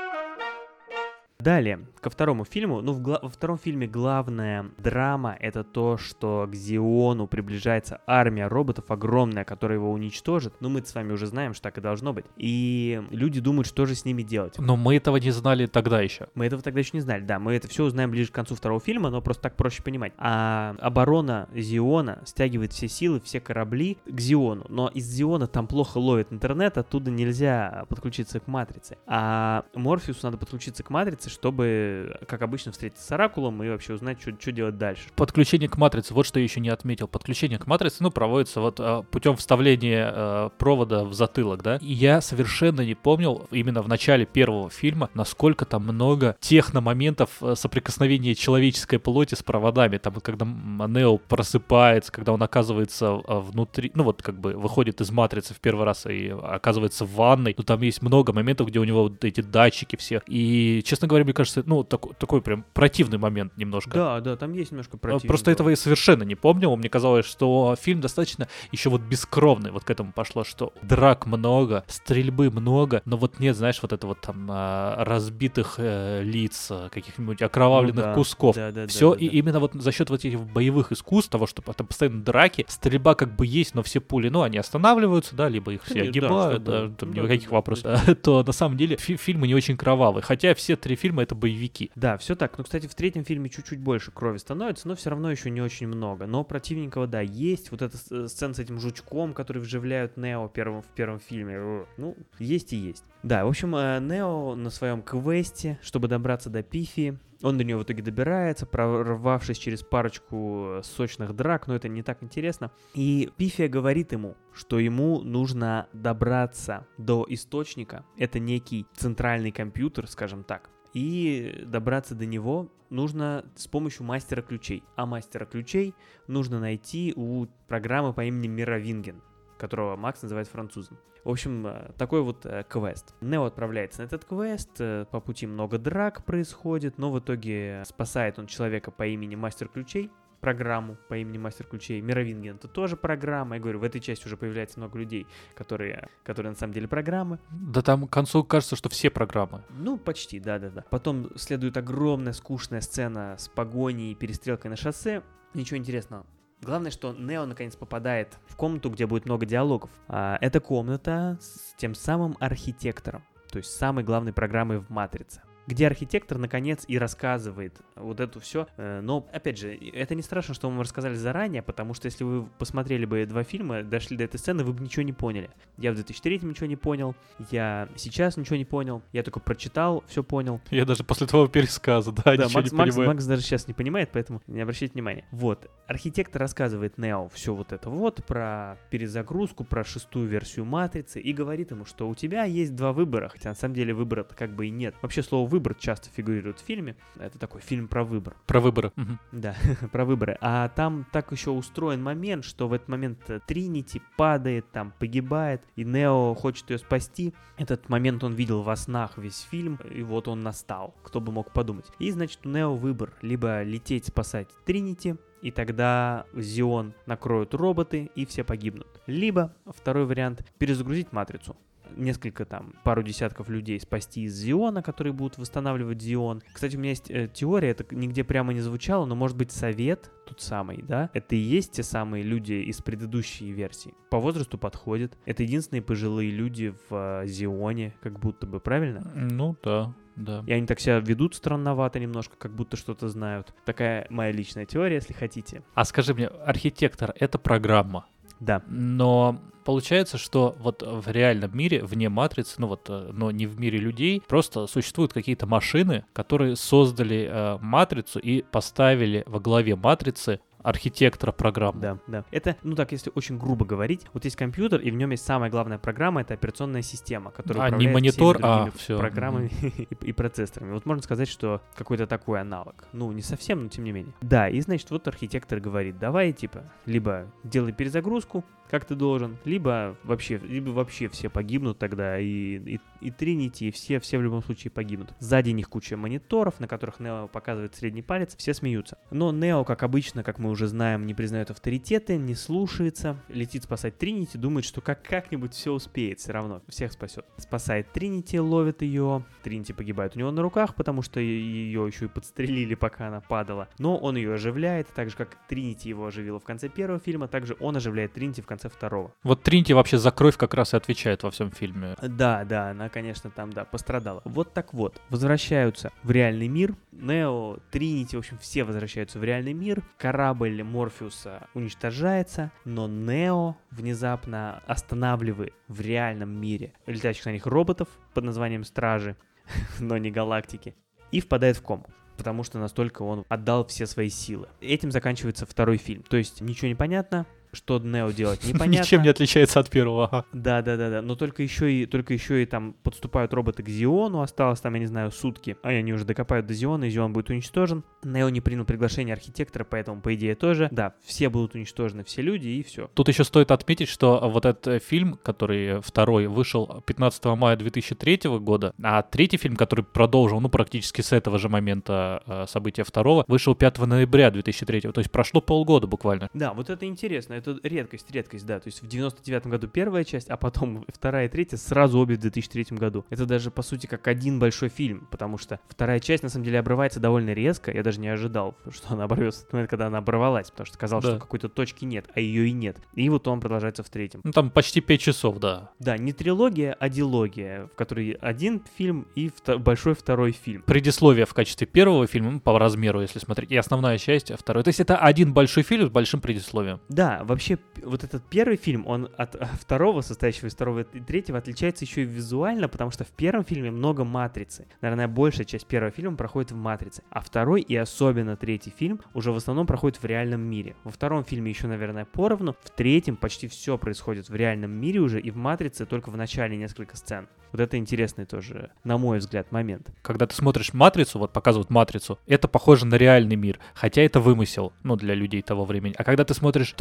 Далее, ко второму фильму. Ну, в гла- во втором фильме главная драма — это то, что к Зиону приближается армия роботов огромная, которая его уничтожит. Ну, мы с вами уже знаем, что так и должно быть. И люди думают, что же с ними делать. Но мы этого не знали тогда еще. Мы этого тогда еще не знали. Да, мы это все узнаем ближе к концу второго фильма, но просто так проще понимать. А оборона Зиона стягивает все силы, все корабли к Зиону. Но из Зиона там плохо ловит интернет, оттуда нельзя подключиться к Матрице. А Морфеусу надо подключиться к Матрице, чтобы, как обычно, встретиться с Оракулом и вообще узнать, что делать дальше. Подключение к матрице, вот что я еще не отметил. Подключение к матрице, ну, проводится вот а, путем вставления а, провода в затылок, да. И я совершенно не помнил именно в начале первого фильма, насколько там много техномоментов а, соприкосновения человеческой плоти с проводами. Там, когда Нео просыпается, когда он оказывается а, внутри, ну, вот как бы выходит из матрицы в первый раз и оказывается в ванной, ну, там есть много моментов, где у него вот эти датчики все. И, честно говоря, мне кажется, ну, такой, такой прям противный момент немножко. Да, да, там есть немножко противно. Просто этого я совершенно не помнил. Мне казалось, что фильм достаточно еще вот бескровный. Вот к этому пошло, что драк много, стрельбы много, но вот нет, знаешь, вот это вот там а, разбитых э, лиц, каких-нибудь окровавленных Ну да, кусков. да, да, Все да, да, и да. именно вот за счет вот этих боевых искусств, того, что там постоянно драки, стрельба как бы есть, но все пули, ну, они останавливаются, да, либо их все Конечно, да, огибают, чтобы- да, там да, никаких да, да, вопросов, то на самом деле фи- фильмы не очень кровавые. Хотя все три фильма — это боевики. Да, все так. Ну, кстати, в третьем фильме чуть-чуть больше крови становится, но все равно еще не очень много. Но противненького, да, есть. Вот эта с- сцена с этим жучком, который вживляют Нео первым, в первом фильме. О, ну, есть и есть. Да, в общем, э, Нео на своем квесте, чтобы добраться до Пифии, он до нее в итоге добирается, прорвавшись через парочку сочных драк, но это не так интересно. И Пифия говорит ему, что ему нужно добраться до источника. Это некий центральный компьютер, скажем так. И добраться до него нужно с помощью мастера ключей. А мастера ключей нужно найти у программы по имени Мировинген. которого Макс называет французом. В общем, такой вот э, квест. Нео отправляется на этот квест, э, по пути много драк происходит, но в итоге спасает он человека по имени Мастер Ключей, программу по имени Мастер Ключей. Мировинген — это тоже программа. Я говорю, в этой части уже появляется много людей, которые, которые на самом деле программы. Да там к концу кажется, что все программы. Ну, почти, да-да-да. Потом следует огромная скучная сцена с погоней и перестрелкой на шоссе. Ничего интересного. Главное, что Нео наконец попадает в комнату, где будет много диалогов. А, это комната с тем самым архитектором, то есть самой главной программой в «Матрице», где архитектор, наконец, и рассказывает вот это все. Но, опять же, это не страшно, что мы вам рассказали заранее, потому что если вы посмотрели бы два фильма, дошли до этой сцены, вы бы ничего не поняли. Я в две тысячи третьем ничего не понял, я сейчас ничего не понял, я только прочитал, все понял. Я даже после твоего пересказа, да, да ничего Макс, не Макс, понимаю. Макс даже сейчас не понимает, поэтому не обращайте внимания. Вот, архитектор рассказывает Нео все вот это вот про перезагрузку, про шестую версию Матрицы и говорит ему, что у тебя есть два выбора, хотя на самом деле выбора-то как бы и нет. Вообще слово «выбор» часто фигурирует в фильме. Это такой фильм про выбор. Про выборы. Угу. Да, про выборы. А там так еще устроен момент, что в этот момент Тринити падает, там погибает, и Нео хочет ее спасти. Этот момент он видел во снах весь фильм, и вот он настал. Кто бы мог подумать. И, значит, у Нео выбор. Либо лететь спасать Тринити, и тогда Зион накроют роботы, и все погибнут. Либо, второй вариант, перезагрузить Матрицу. Несколько там, пару десятков людей спасти из Зиона, которые будут восстанавливать Зион. Кстати, у меня есть э, теория, это нигде прямо не звучало, но может быть совет тот самый, да? Это и есть те самые люди из предыдущей версии. По возрасту подходят. Это единственные пожилые люди в э, Зионе, как будто бы, правильно? Ну да. Да. И они так себя ведут странновато немножко, как будто что-то знают. Такая моя личная теория, если хотите. А скажи мне, архитектор — это программа? Да. Но получается, что вот в реальном мире, вне Матрицы, ну вот, но не в мире людей, просто существуют какие-то машины, которые создали э, Матрицу и поставили во главе Матрицы архитектора программы. Да, да. Это, ну так, если очень грубо говорить, вот есть компьютер, и в нем есть самая главная программа, это операционная система, которая а, управляет не монитор, всеми другими а, все. программами mm-hmm. и, и процессорами. Вот можно сказать, что какой-то такой аналог. Ну, не совсем, но тем не менее. Да, и значит, вот архитектор говорит, давай, типа, либо делай перезагрузку, как ты должен, либо вообще, либо вообще все погибнут тогда, и, и, и Тринити, и все, все в любом случае погибнут. Сзади них куча мониторов, на которых Нео показывает средний палец, все смеются. Но Нео, как обычно, как мы уже знаем, не признает авторитеты, не слушается, летит спасать Тринити, думает, что как- как-нибудь все успеет, все равно, всех спасет. Спасает Тринити, ловит ее, Тринити погибает у него на руках, потому что ее еще и подстрелили, пока она падала. Но он ее оживляет, так же, как Тринити его оживила в конце первого фильма, также он оживляет Тринити в конце второго. Вот Тринити вообще за кровь как раз и отвечает во всем фильме. Да, да, она, конечно, там, да, пострадала. Вот так вот, возвращаются в реальный мир. Нео, Тринити, в общем, все возвращаются в реальный мир. Корабль Морфеуса уничтожается, но Нео внезапно останавливает в реальном мире летающих на них роботов под названием Стражи, но не галактики, и впадает в кому. Потому что настолько он отдал все свои силы. Этим заканчивается второй фильм. То есть ничего не понятно, что Нео делать непонятно. Ничем не отличается от первого. Да, да, да, да. Но только еще и только еще и там подступают роботы к Зиону. Осталось там, я не знаю, сутки. А они уже докопают до Зиона, и Зион будет уничтожен. Нео не принял приглашение архитектора, поэтому, по идее, тоже. Да, все будут уничтожены, все люди, и все. Тут еще стоит отметить, что вот этот фильм, который второй, вышел пятнадцатого мая две тысячи третьего года, а третий фильм, который продолжил, ну, практически с этого же момента э, события второго, вышел пятого ноября две тысячи третьего. То есть прошло полгода буквально. Да, вот это интересно. Это редкость, редкость, да. То есть в девяносто девятом году первая часть, а потом вторая и третья сразу обе в две тысячи третьем году. Это даже, по сути, как один большой фильм, потому что вторая часть, на самом деле, обрывается довольно резко. Я даже не ожидал, что она оборвется в тот момент, когда она оборвалась, потому что казалось, да. что какой-то точки нет, а ее и нет. И вот он продолжается в третьем. Ну, там почти пять часов, да. Да, не трилогия, а дилогия, в которой один фильм и вто- большой второй фильм. Предисловие в качестве первого фильма, по размеру, если смотреть, и основная часть, а второй. То есть это один большой фильм с большим предисловием. Да, вообще, вот этот первый фильм, он от второго, состоящего из второго и третьего, отличается еще и визуально, потому что в первом фильме много матрицы. Наверное, большая часть первого фильма проходит в матрице. А второй и особенно третий фильм уже в основном проходит в реальном мире. Во втором фильме еще, наверное, поровну. В третьем почти все происходит в реальном мире уже, и в матрице только в начале несколько сцен. Вот это интересный тоже, на мой взгляд, момент. Когда ты смотришь «Матрицу», вот показывают «Матрицу», это похоже на реальный мир, хотя это вымысел, ну, для людей того времени. А когда ты смотришь то, что происходит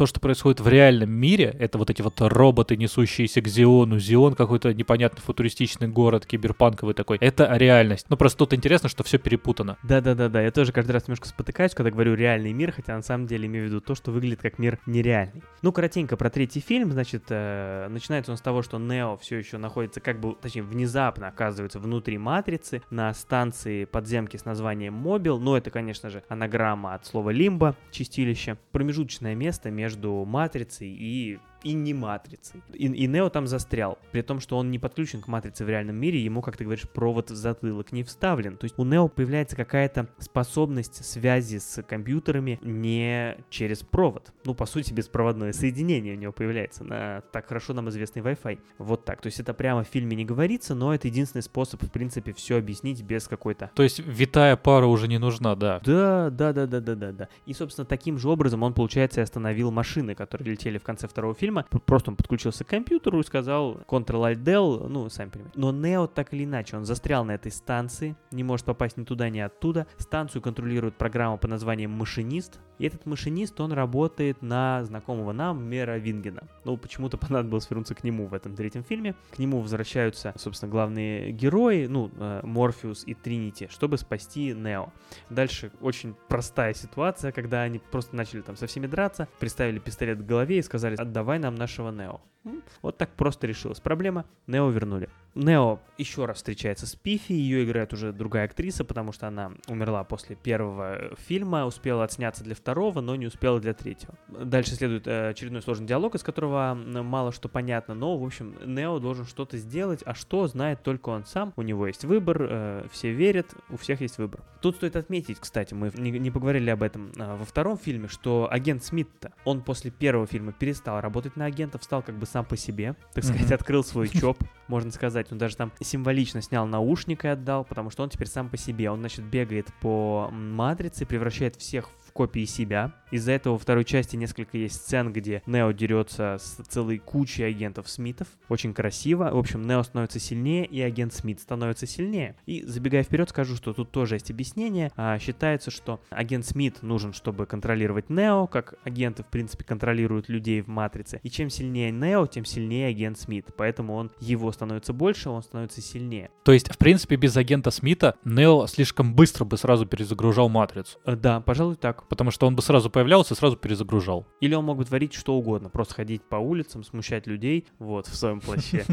происходит в реальном мире, это вот эти вот роботы, несущиеся к Зиону, Зион какой-то непонятный футуристичный город, киберпанковый такой, это реальность. Ну, просто тут интересно, что все перепутано. Да-да-да-да, я тоже каждый раз немножко спотыкаюсь, когда говорю реальный мир, хотя на самом деле имею в виду то, что выглядит как мир нереальный. Ну, коротенько про третий фильм, значит, э, начинается он с того, что Нео все еще находится, как бы, точнее, внезапно оказывается внутри Матрицы, на станции подземки с названием Мобил, но это, конечно же, анаграмма от слова Лимбо, чистилище, промежуточное место между Матрицей и... и не матрицей. И, и Нео там застрял, при том, что он не подключен к матрице в реальном мире, ему, как ты говоришь, провод в затылок не вставлен. То есть у Нео появляется какая-то способность связи с компьютерами не через провод. Ну, по сути, беспроводное соединение у него появляется на так хорошо нам известный Wi-Fi. Вот так. То есть это прямо в фильме не говорится, но это единственный способ, в принципе, все объяснить без какой-то... То есть витая пара уже не нужна, да? Да, да, да, да, да, да, да. И, собственно, таким же образом он, получается, и остановил машины, которые летели в конце второго фильма. Просто он подключился к компьютеру и сказал Ctrl-Alt-Del, ну, сами понимаете. Но Нео так или иначе, он застрял на этой станции, не может попасть ни туда, ни оттуда. Станцию контролирует программа под названием «Машинист». И этот машинист, он работает на знакомого нам Меровингена. Ну, почему-то понадобилось вернуться к нему в этом третьем фильме. К нему возвращаются, собственно, главные герои, ну, Морфеус и Тринити, чтобы спасти Нео. Дальше очень простая ситуация, когда они просто начали там со всеми драться, приставили пистолет к голове и сказали: «Отдавай нам нашего Нео». Вот так просто решилась проблема. Нео вернули. Нео еще раз встречается с Пифи, ее играет уже другая актриса, потому что она умерла после первого фильма, успела отсняться для второго, но не успела для третьего. Дальше следует э, очередной сложный диалог, из которого мало что понятно, но, в общем, Нео должен что-то сделать, а что, знает только он сам. У него есть выбор, э, все верят, у всех есть выбор. Тут стоит отметить, кстати, мы не, не поговорили об этом э, во втором фильме, что агент Смит-то, он после первого фильма перестал работать на агентов, стал как бы сам по себе, так сказать, mm-hmm. открыл свой ЧОП, можно сказать. Он даже там символично снял наушник и отдал, потому что он теперь сам по себе. Он, значит, бегает по матрице, превращает всех в копии себя. Из-за этого во второй части несколько есть сцен, где Нео дерется с целой кучей агентов Смитов. Очень красиво. В общем, Нео становится сильнее, и агент Смит становится сильнее. И, забегая вперед, скажу, что тут тоже есть объяснение. А, считается, что агент Смит нужен, чтобы контролировать Нео, как агенты, в принципе, контролируют людей в матрице. И чем сильнее Нео, тем сильнее агент Смит. Поэтому он, его становится больше, он становится сильнее. То есть, в принципе, без агента Смита Нео слишком быстро бы сразу перезагружал матрицу. Да, пожалуй, так. Потому что он бы сразу появлялся и сразу перезагружал. Или он мог бы творить что угодно, просто ходить по улицам, смущать людей, вот, в своем плаще.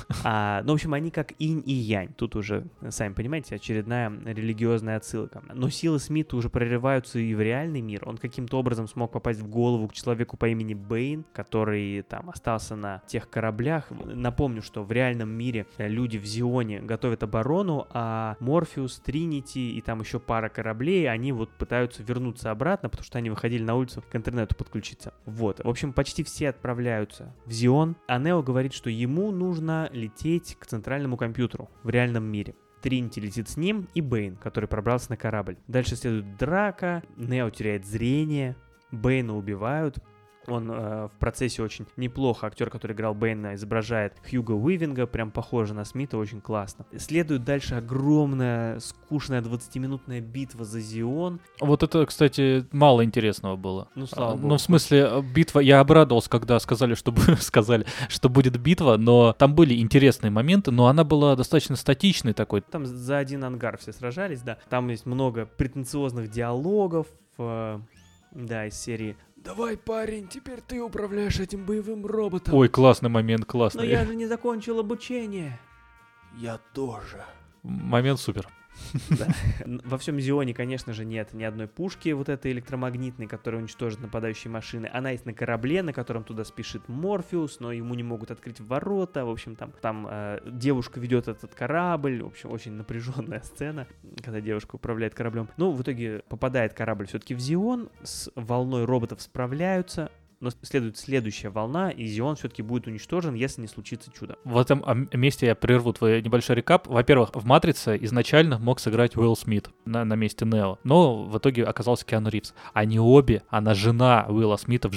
А, ну, в общем, они как инь и янь. Тут уже, сами понимаете, очередная религиозная отсылка. Но силы Смита уже прорываются и в реальный мир. Он каким-то образом смог попасть в голову к человеку по имени Бэйн, который там остался на тех кораблях. Напомню, что в реальном мире люди в Зионе готовят оборону, а Морфеус, Тринити и там еще пара кораблей, они вот пытаются вернуться обратно, потому что они выходили на улицу к интернету подключиться. Вот. В общем, почти все отправляются в Зион, а Нео говорит, что ему нужно лететь к центральному компьютеру в реальном мире. Тринити летит с ним и Бэйн, который пробрался на корабль. Дальше следует драка, Нео теряет зрение, Бэйна убивают. Он э, в процессе очень неплохо, актер, который играл Бэйна, изображает Хьюго Уивинга, прям похоже на Смита, очень классно. Следует дальше огромная, скучная двадцатиминутная битва за Зион. Вот это, кстати, мало интересного было. Ну, слава богу. Ну, в смысле, битва, я обрадовался, когда сказали, что, сказали, что будет битва, но там были интересные моменты, но она была достаточно статичной такой. Там за один ангар все сражались, да. Там есть много претенциозных диалогов, э, да, из серии «Давай, парень, теперь ты управляешь этим боевым роботом». Ой, классный момент, классный. Но я же не закончил обучение. Я тоже. Момент супер. Да. Во всем Зионе, конечно же, нет ни одной пушки вот этой электромагнитной, которая уничтожит нападающие машины. Она есть на корабле, на котором туда спешит Морфеус, но ему не могут открыть ворота. В общем, там, там э, девушка ведет этот корабль. В общем, очень напряженная сцена, когда девушка управляет кораблем. Ну, в итоге попадает корабль все-таки в Зион, с волной роботов справляются. Но следует следующая волна, и Зион все-таки будет уничтожен, если не случится чудо. В этом месте я прерву твой небольшой рекап. Во-первых, в «Матрице» изначально мог сыграть Уилл Смит на, на месте Нео, но в итоге оказался Киану Ривз. Они обе, она жена Уилла Смита в жизни.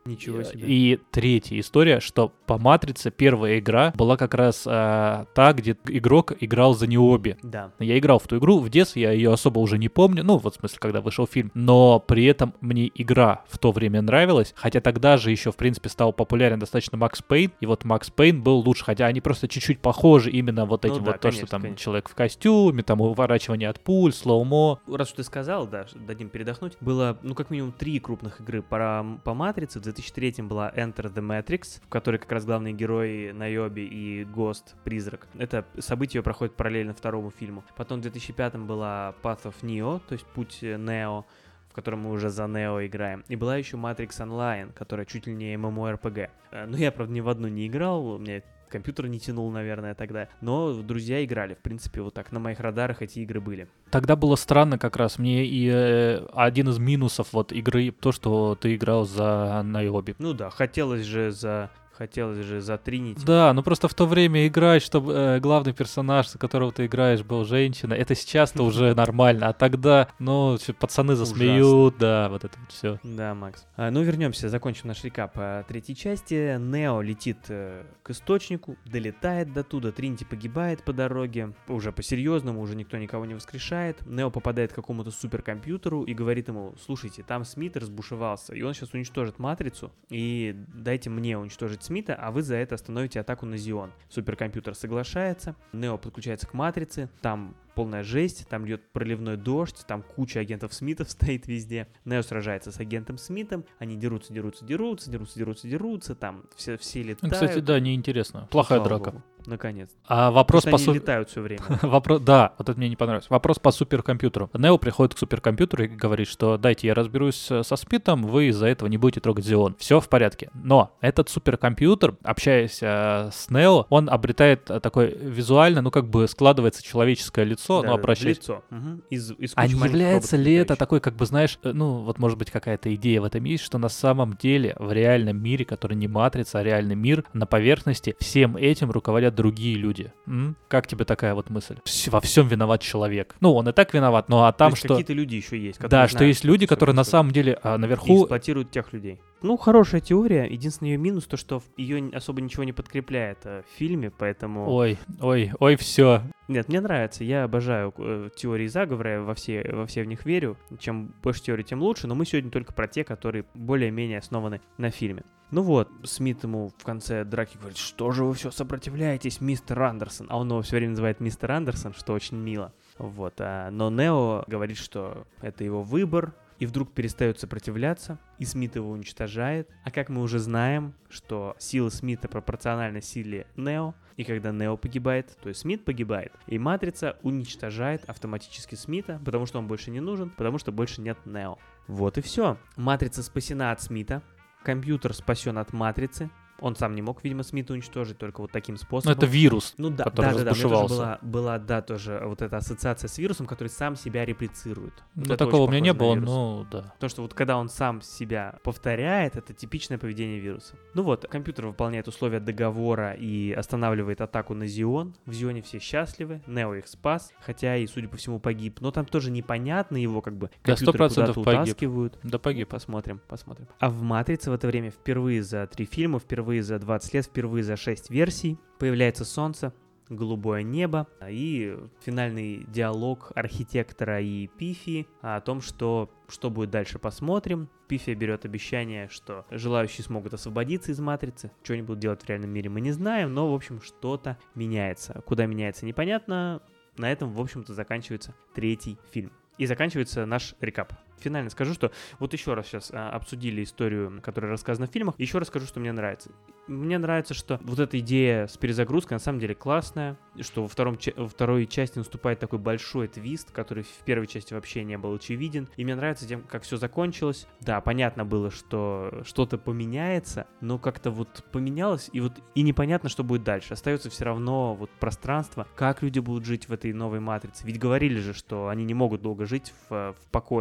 Ничего себе. И третья история, что по «Матрице» первая игра была как раз а, та, где игрок играл за Необи. Да. Я играл в ту игру в детстве, я ее особо уже не помню, ну, вот в смысле, когда вышел фильм, но при этом мне игра в то время нравилась, хотя тогда же еще, в принципе, стал популярен достаточно Макс Пейн, и вот Макс Пейн был лучше, хотя они просто чуть-чуть похожи именно вот этим Ну да, вот, то, конечно, что там конечно. человек в костюме, там уворачивание от пуль, слоумо. Раз уж ты сказал, да, дадим передохнуть, было, ну, как минимум три крупных игры по, по «Матрице». В две тысячи третьем была Enter the Matrix, в которой как раз главные герои Найоби и Гост, призрак. Это событие проходит параллельно второму фильму. Потом в две тысячи пятом была Path of Neo, то есть путь Нео, в котором мы уже за Нео играем. И была еще Matrix Online, которая чуть ли не MMORPG. Ну, я, правда, ни в одну не играл, у меня компьютер не тянул, наверное, тогда. Но друзья играли, в принципе, вот так. На моих радарах эти игры были. Тогда было странно как раз мне, и э, один из минусов вот игры, то, что ты играл за Найоби. Ну да, хотелось же за... Хотелось же за Тринити. Да, ну просто в то время играть, чтобы э, главный персонаж, за которого ты играешь, был женщина, это сейчас-то уже нормально, а тогда, ну, чё, пацаны засмеют, да, вот это вот все. Да, Макс. А, ну, вернемся, закончим наш рекап о третьей части. Нео летит э, к источнику, долетает до туда, Тринити погибает по дороге, уже по-серьезному, уже никто никого не воскрешает. Нео попадает к какому-то суперкомпьютеру и говорит ему: слушайте, там Смит разбушевался, и он сейчас уничтожит Матрицу, и дайте мне уничтожить Смита, а вы за это остановите атаку на Зион. Суперкомпьютер соглашается, Нео подключается к Матрице, там полная жесть, там льет проливной дождь, там куча агентов Смитов стоит везде. Нео сражается с агентом Смитом, они дерутся, дерутся, дерутся, дерутся, дерутся, дерутся, там все, все летают. Ну, кстати, да, неинтересно. Плохая Слава драка. Богу. Наконец. А вопрос Потому по что они су- летают все время. Вопрос, да, вот это мне не понравилось. Вопрос по суперкомпьютеру. Нео приходит к суперкомпьютеру и говорит, что дайте я разберусь э, со Смитом, вы из-за этого не будете трогать Зион. Все в порядке. Но этот суперкомпьютер, общаясь э, с Нео, он обретает э, такое визуально, ну как бы складывается человеческое лицо, Да, ну да, обращаясь. лицо. Угу. Из, из А кучи не маленьких является роботов ли это летающих. такой, как бы, знаешь, э, ну, вот может быть какая-то идея в этом есть, что на самом деле в реальном мире, который не матрица, а реальный мир, на поверхности, всем этим руководят другие люди. М? Как тебе такая вот мысль? Вс- Во всем виноват человек. Ну, он и так виноват, но а То там есть что... какие-то люди еще есть, которые Да, что знают, есть люди, всё которые на происходит. самом деле а, И наверху... эксплуатируют тех людей. Ну, хорошая теория. Единственный ее минус то, что ее особо ничего не подкрепляет э, в фильме, поэтому... Ой, ой, ой, все. Нет, мне нравится. Я обожаю э, теории заговора, я во все, во все в них верю. Чем больше теорий, тем лучше. Но мы сегодня только про те, которые более-менее основаны на фильме. Ну вот, Смит ему в конце драки говорит: что же вы все сопротивляетесь, мистер Андерсон? А он его все время называет мистер Андерсон, что очень мило. Вот, а, но Нео говорит, что это его выбор, и вдруг перестает сопротивляться, и Смит его уничтожает. А как мы уже знаем, что сила Смита пропорциональна силе Нео, и когда Нео погибает, то и Смит погибает. И Матрица уничтожает автоматически Смита, потому что он больше не нужен, потому что больше нет Нео. Вот и все. Матрица спасена от Смита, компьютер спасен от Матрицы. Он сам не мог, видимо, Смита уничтожить, только вот таким Ну, способом. это вирус, Ну да, который да, да, да, у меня тоже разбушевался. была, была, да, тоже вот эта ассоциация с вирусом, который сам себя реплицирует. Вот Ну, это такого у очень меня не похоже на было, вирус. ну, да. Потому что вот когда он сам себя повторяет, это типичное поведение вируса. Ну вот, компьютер выполняет условия договора и останавливает атаку на Зион. В Зионе все счастливы, Нео их спас, хотя и, судя по всему, погиб. Но там тоже непонятно его, как бы, Да, сто компьютер процентов куда-то погиб. утаскивают. Да погиб. Посмотрим, посмотрим. А в «Матрице» в это время впервые за три фильма, впервые за двадцать лет, впервые за шесть версий появляется солнце, голубое небо и финальный диалог архитектора и Пифи о том, что что будет дальше, посмотрим. Пифи берет обещание, что желающие смогут освободиться из Матрицы. Что они будут делать в реальном мире, мы не знаем, но, в общем, что-то меняется. Куда меняется, непонятно. На этом, в общем-то, заканчивается третий фильм. И заканчивается наш рекап. Финально скажу, что вот еще раз сейчас а, обсудили историю, которая рассказана в фильмах. Еще раз скажу, что мне нравится. Мне нравится, что вот эта идея с перезагрузкой на самом деле классная, что во, втором, во второй части наступает такой большой твист, который в первой части вообще не был очевиден. И мне нравится тем, как все закончилось. Да, понятно было, что что-то поменяется, но как-то вот поменялось, и вот и непонятно, что будет дальше. Остается все равно вот пространство, как люди будут жить в этой новой матрице. Ведь говорили же, что они не могут долго жить в, в покое, что им нужно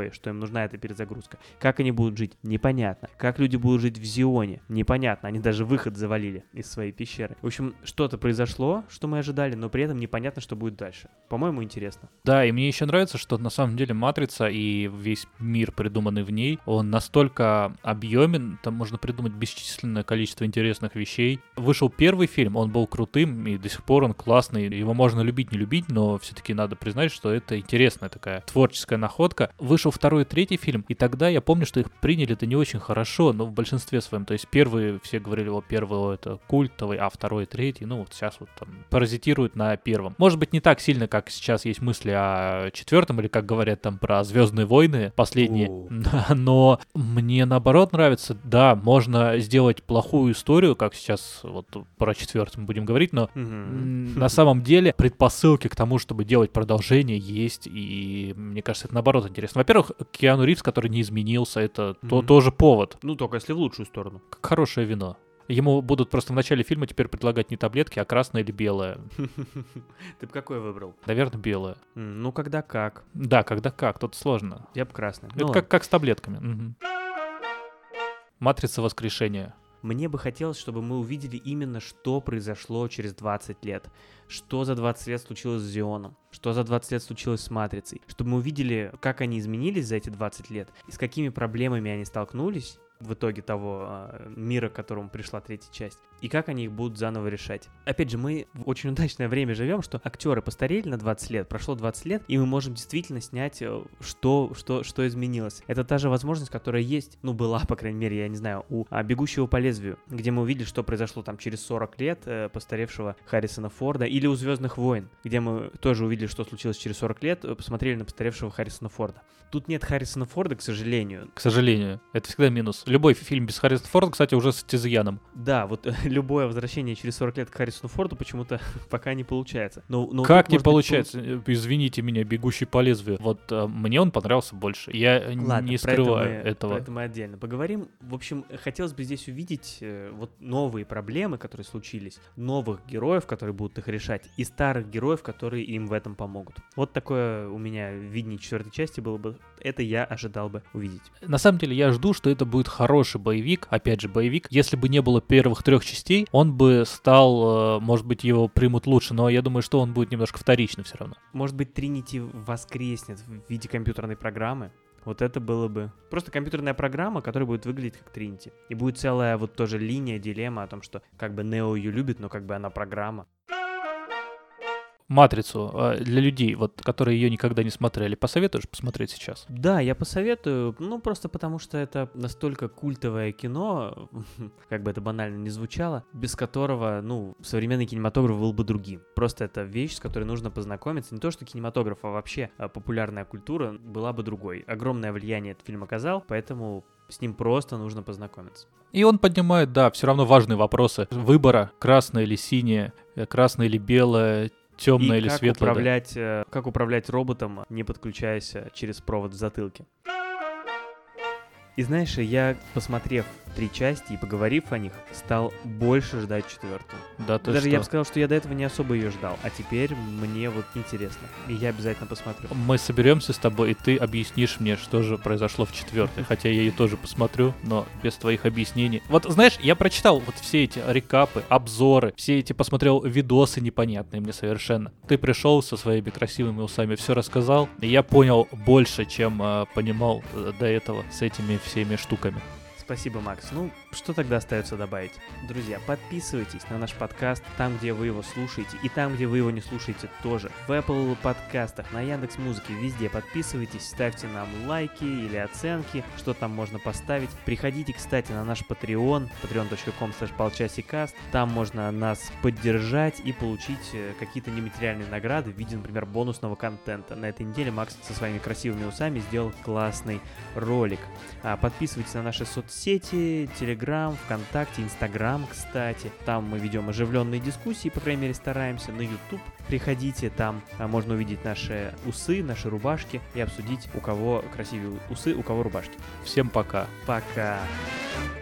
нужна эта перезагрузка. Как они будут жить? Непонятно. Как люди будут жить в Зионе? Непонятно. Они даже выход завалили из своей пещеры. В общем, что-то произошло, что мы ожидали, но при этом непонятно, что будет дальше. По-моему, интересно. Да, и мне еще нравится, что на самом деле «Матрица» и весь мир, придуманный в ней, он настолько объемен, там можно придумать бесчисленное количество интересных вещей. Вышел первый фильм, он был крутым, и до сих пор он классный. Его можно любить, не любить, но все-таки надо признать, что это интересная такая творческая находка. Вышел второй и третий фильм, и тогда я помню, что их приняли-то не очень хорошо, но в большинстве своем. То есть первый, все говорили, о, первый это культовый, а второй и третий, ну вот сейчас вот там паразитируют на первом. Может быть, не так сильно, как сейчас есть мысли о четвертом, или как говорят там про «Звездные войны» последние, но мне наоборот нравится. Да, можно сделать плохую историю, как сейчас вот про четвертый мы будем говорить, но на самом деле предпосылки к тому, чтобы делать продолжение, есть, и мне кажется, это наоборот интересно. Во-первых, Киану Ривз, который не изменился, это то, тоже повод. Ну, только если в лучшую сторону. Как хорошее вино. Ему будут просто в начале фильма теперь предлагать не таблетки, а красное или белое. Ты бы какое выбрал? Наверное, белое. Ну, когда как. Да, когда как, тут сложно. Я бы красное. Это Ну, как, как с таблетками. Угу. «Матрица. Воскрешение». Мне бы хотелось, чтобы мы увидели именно, что произошло через двадцать лет. Что за двадцать лет случилось с Зионом. Что за двадцать лет случилось с Матрицей. Чтобы мы увидели, как они изменились за эти двадцать лет. И с какими проблемами они столкнулись в итоге того э, мира, к которому пришла третья часть. И как они их будут заново решать. Опять же, мы в очень удачное время живем, что актеры постарели на двадцать лет, прошло двадцать лет, и мы можем действительно снять, что, что, что изменилось. Это та же возможность, которая есть, ну, была, по крайней мере, я не знаю, у а, «Бегущего по лезвию», где мы увидели, что произошло там через сорок лет э, постаревшего Харрисона Форда, или у «Звездных войн», где мы тоже увидели, что случилось через сорок лет, э, посмотрели на постаревшего Харрисона Форда. Тут нет Харрисона Форда, к сожалению. К сожалению. Это всегда минус. Любой фильм без Харрисона Форда, кстати, уже с Тизьяном. Да, вот любое возвращение через сорок лет к Харрисону Форду почему-то пока не получается. Но, но как тут, не может получается? Быть, Извините меня, «Бегущий по лезвию». Вот а, мне он понравился больше. Я Ладно, не про это скрываю мы, этого. Про это мы отдельно поговорим. В общем, хотелось бы здесь увидеть э, вот новые проблемы, которые случились, новых героев, которые будут их решать, и старых героев, которые им в этом помогут. Вот такое у меня видение четвертой части было бы. Это я ожидал бы увидеть. На самом деле я жду, что это будет хороший боевик. Опять же, боевик. Если бы не было первых трех частей, он бы стал, может быть, его примут лучше, но я думаю, что он будет немножко вторичным все равно. Может быть, Тринити воскреснет в виде компьютерной программы. Вот это было бы... Просто компьютерная программа, которая будет выглядеть как Тринити. И будет целая вот тоже линия, дилемма о том, что как бы Нео ее любит, но как бы она программа. «Матрицу» для людей, вот, которые ее никогда не смотрели, посоветуешь посмотреть сейчас? Да, я посоветую, ну просто потому что это настолько культовое кино, как бы это банально не звучало, без которого, ну, современный кинематограф был бы другим. Просто это вещь, с которой нужно познакомиться. Не то, что кинематограф, а вообще популярная культура была бы другой. Огромное влияние этот фильм оказал, поэтому с ним просто нужно познакомиться. И он поднимает, да, все равно важные вопросы выбора, красное или синее, красное или белое, темное или как светлое. Управлять, да. Как управлять роботом, не подключаясь через провод в затылке. И знаешь, я, посмотрев три части и поговорив о них, стал больше ждать четвертую. Да, ты Даже что? я бы сказал, что я до этого не особо ее ждал, а теперь мне вот интересно, и я обязательно посмотрю. Мы соберемся с тобой, и ты объяснишь мне, что же произошло в четвертой, хотя я ее тоже посмотрю, но без твоих объяснений. Вот, знаешь, я прочитал вот все эти рекапы, обзоры, все эти посмотрел видосы непонятные мне совершенно. Ты пришел со своими красивыми усами, все рассказал, и я понял больше, чем э, понимал э, до этого с этими всеми штуками. Спасибо, Макс. Ну, что тогда остается добавить? Друзья, подписывайтесь на наш подкаст там, где вы его слушаете, и там, где вы его не слушаете тоже. В Apple подкастах, на Яндекс.Музыке, везде подписывайтесь, ставьте нам лайки или оценки, что там можно поставить. Приходите, кстати, на наш Patreon, patreon точка com слэш полчасикаст. Там можно нас поддержать и получить какие-то нематериальные награды в виде, например, бонусного контента. На этой неделе Макс со своими красивыми усами сделал классный ролик. Подписывайтесь на наши соцсети. Сети, Телеграм, ВКонтакте, Инстаграм, кстати. Там мы ведем оживленные дискуссии, по крайней мере, стараемся. На Ютуб приходите, там а, можно увидеть наши усы, наши рубашки и обсудить, у кого красивые усы, у кого рубашки. Всем пока. Пока.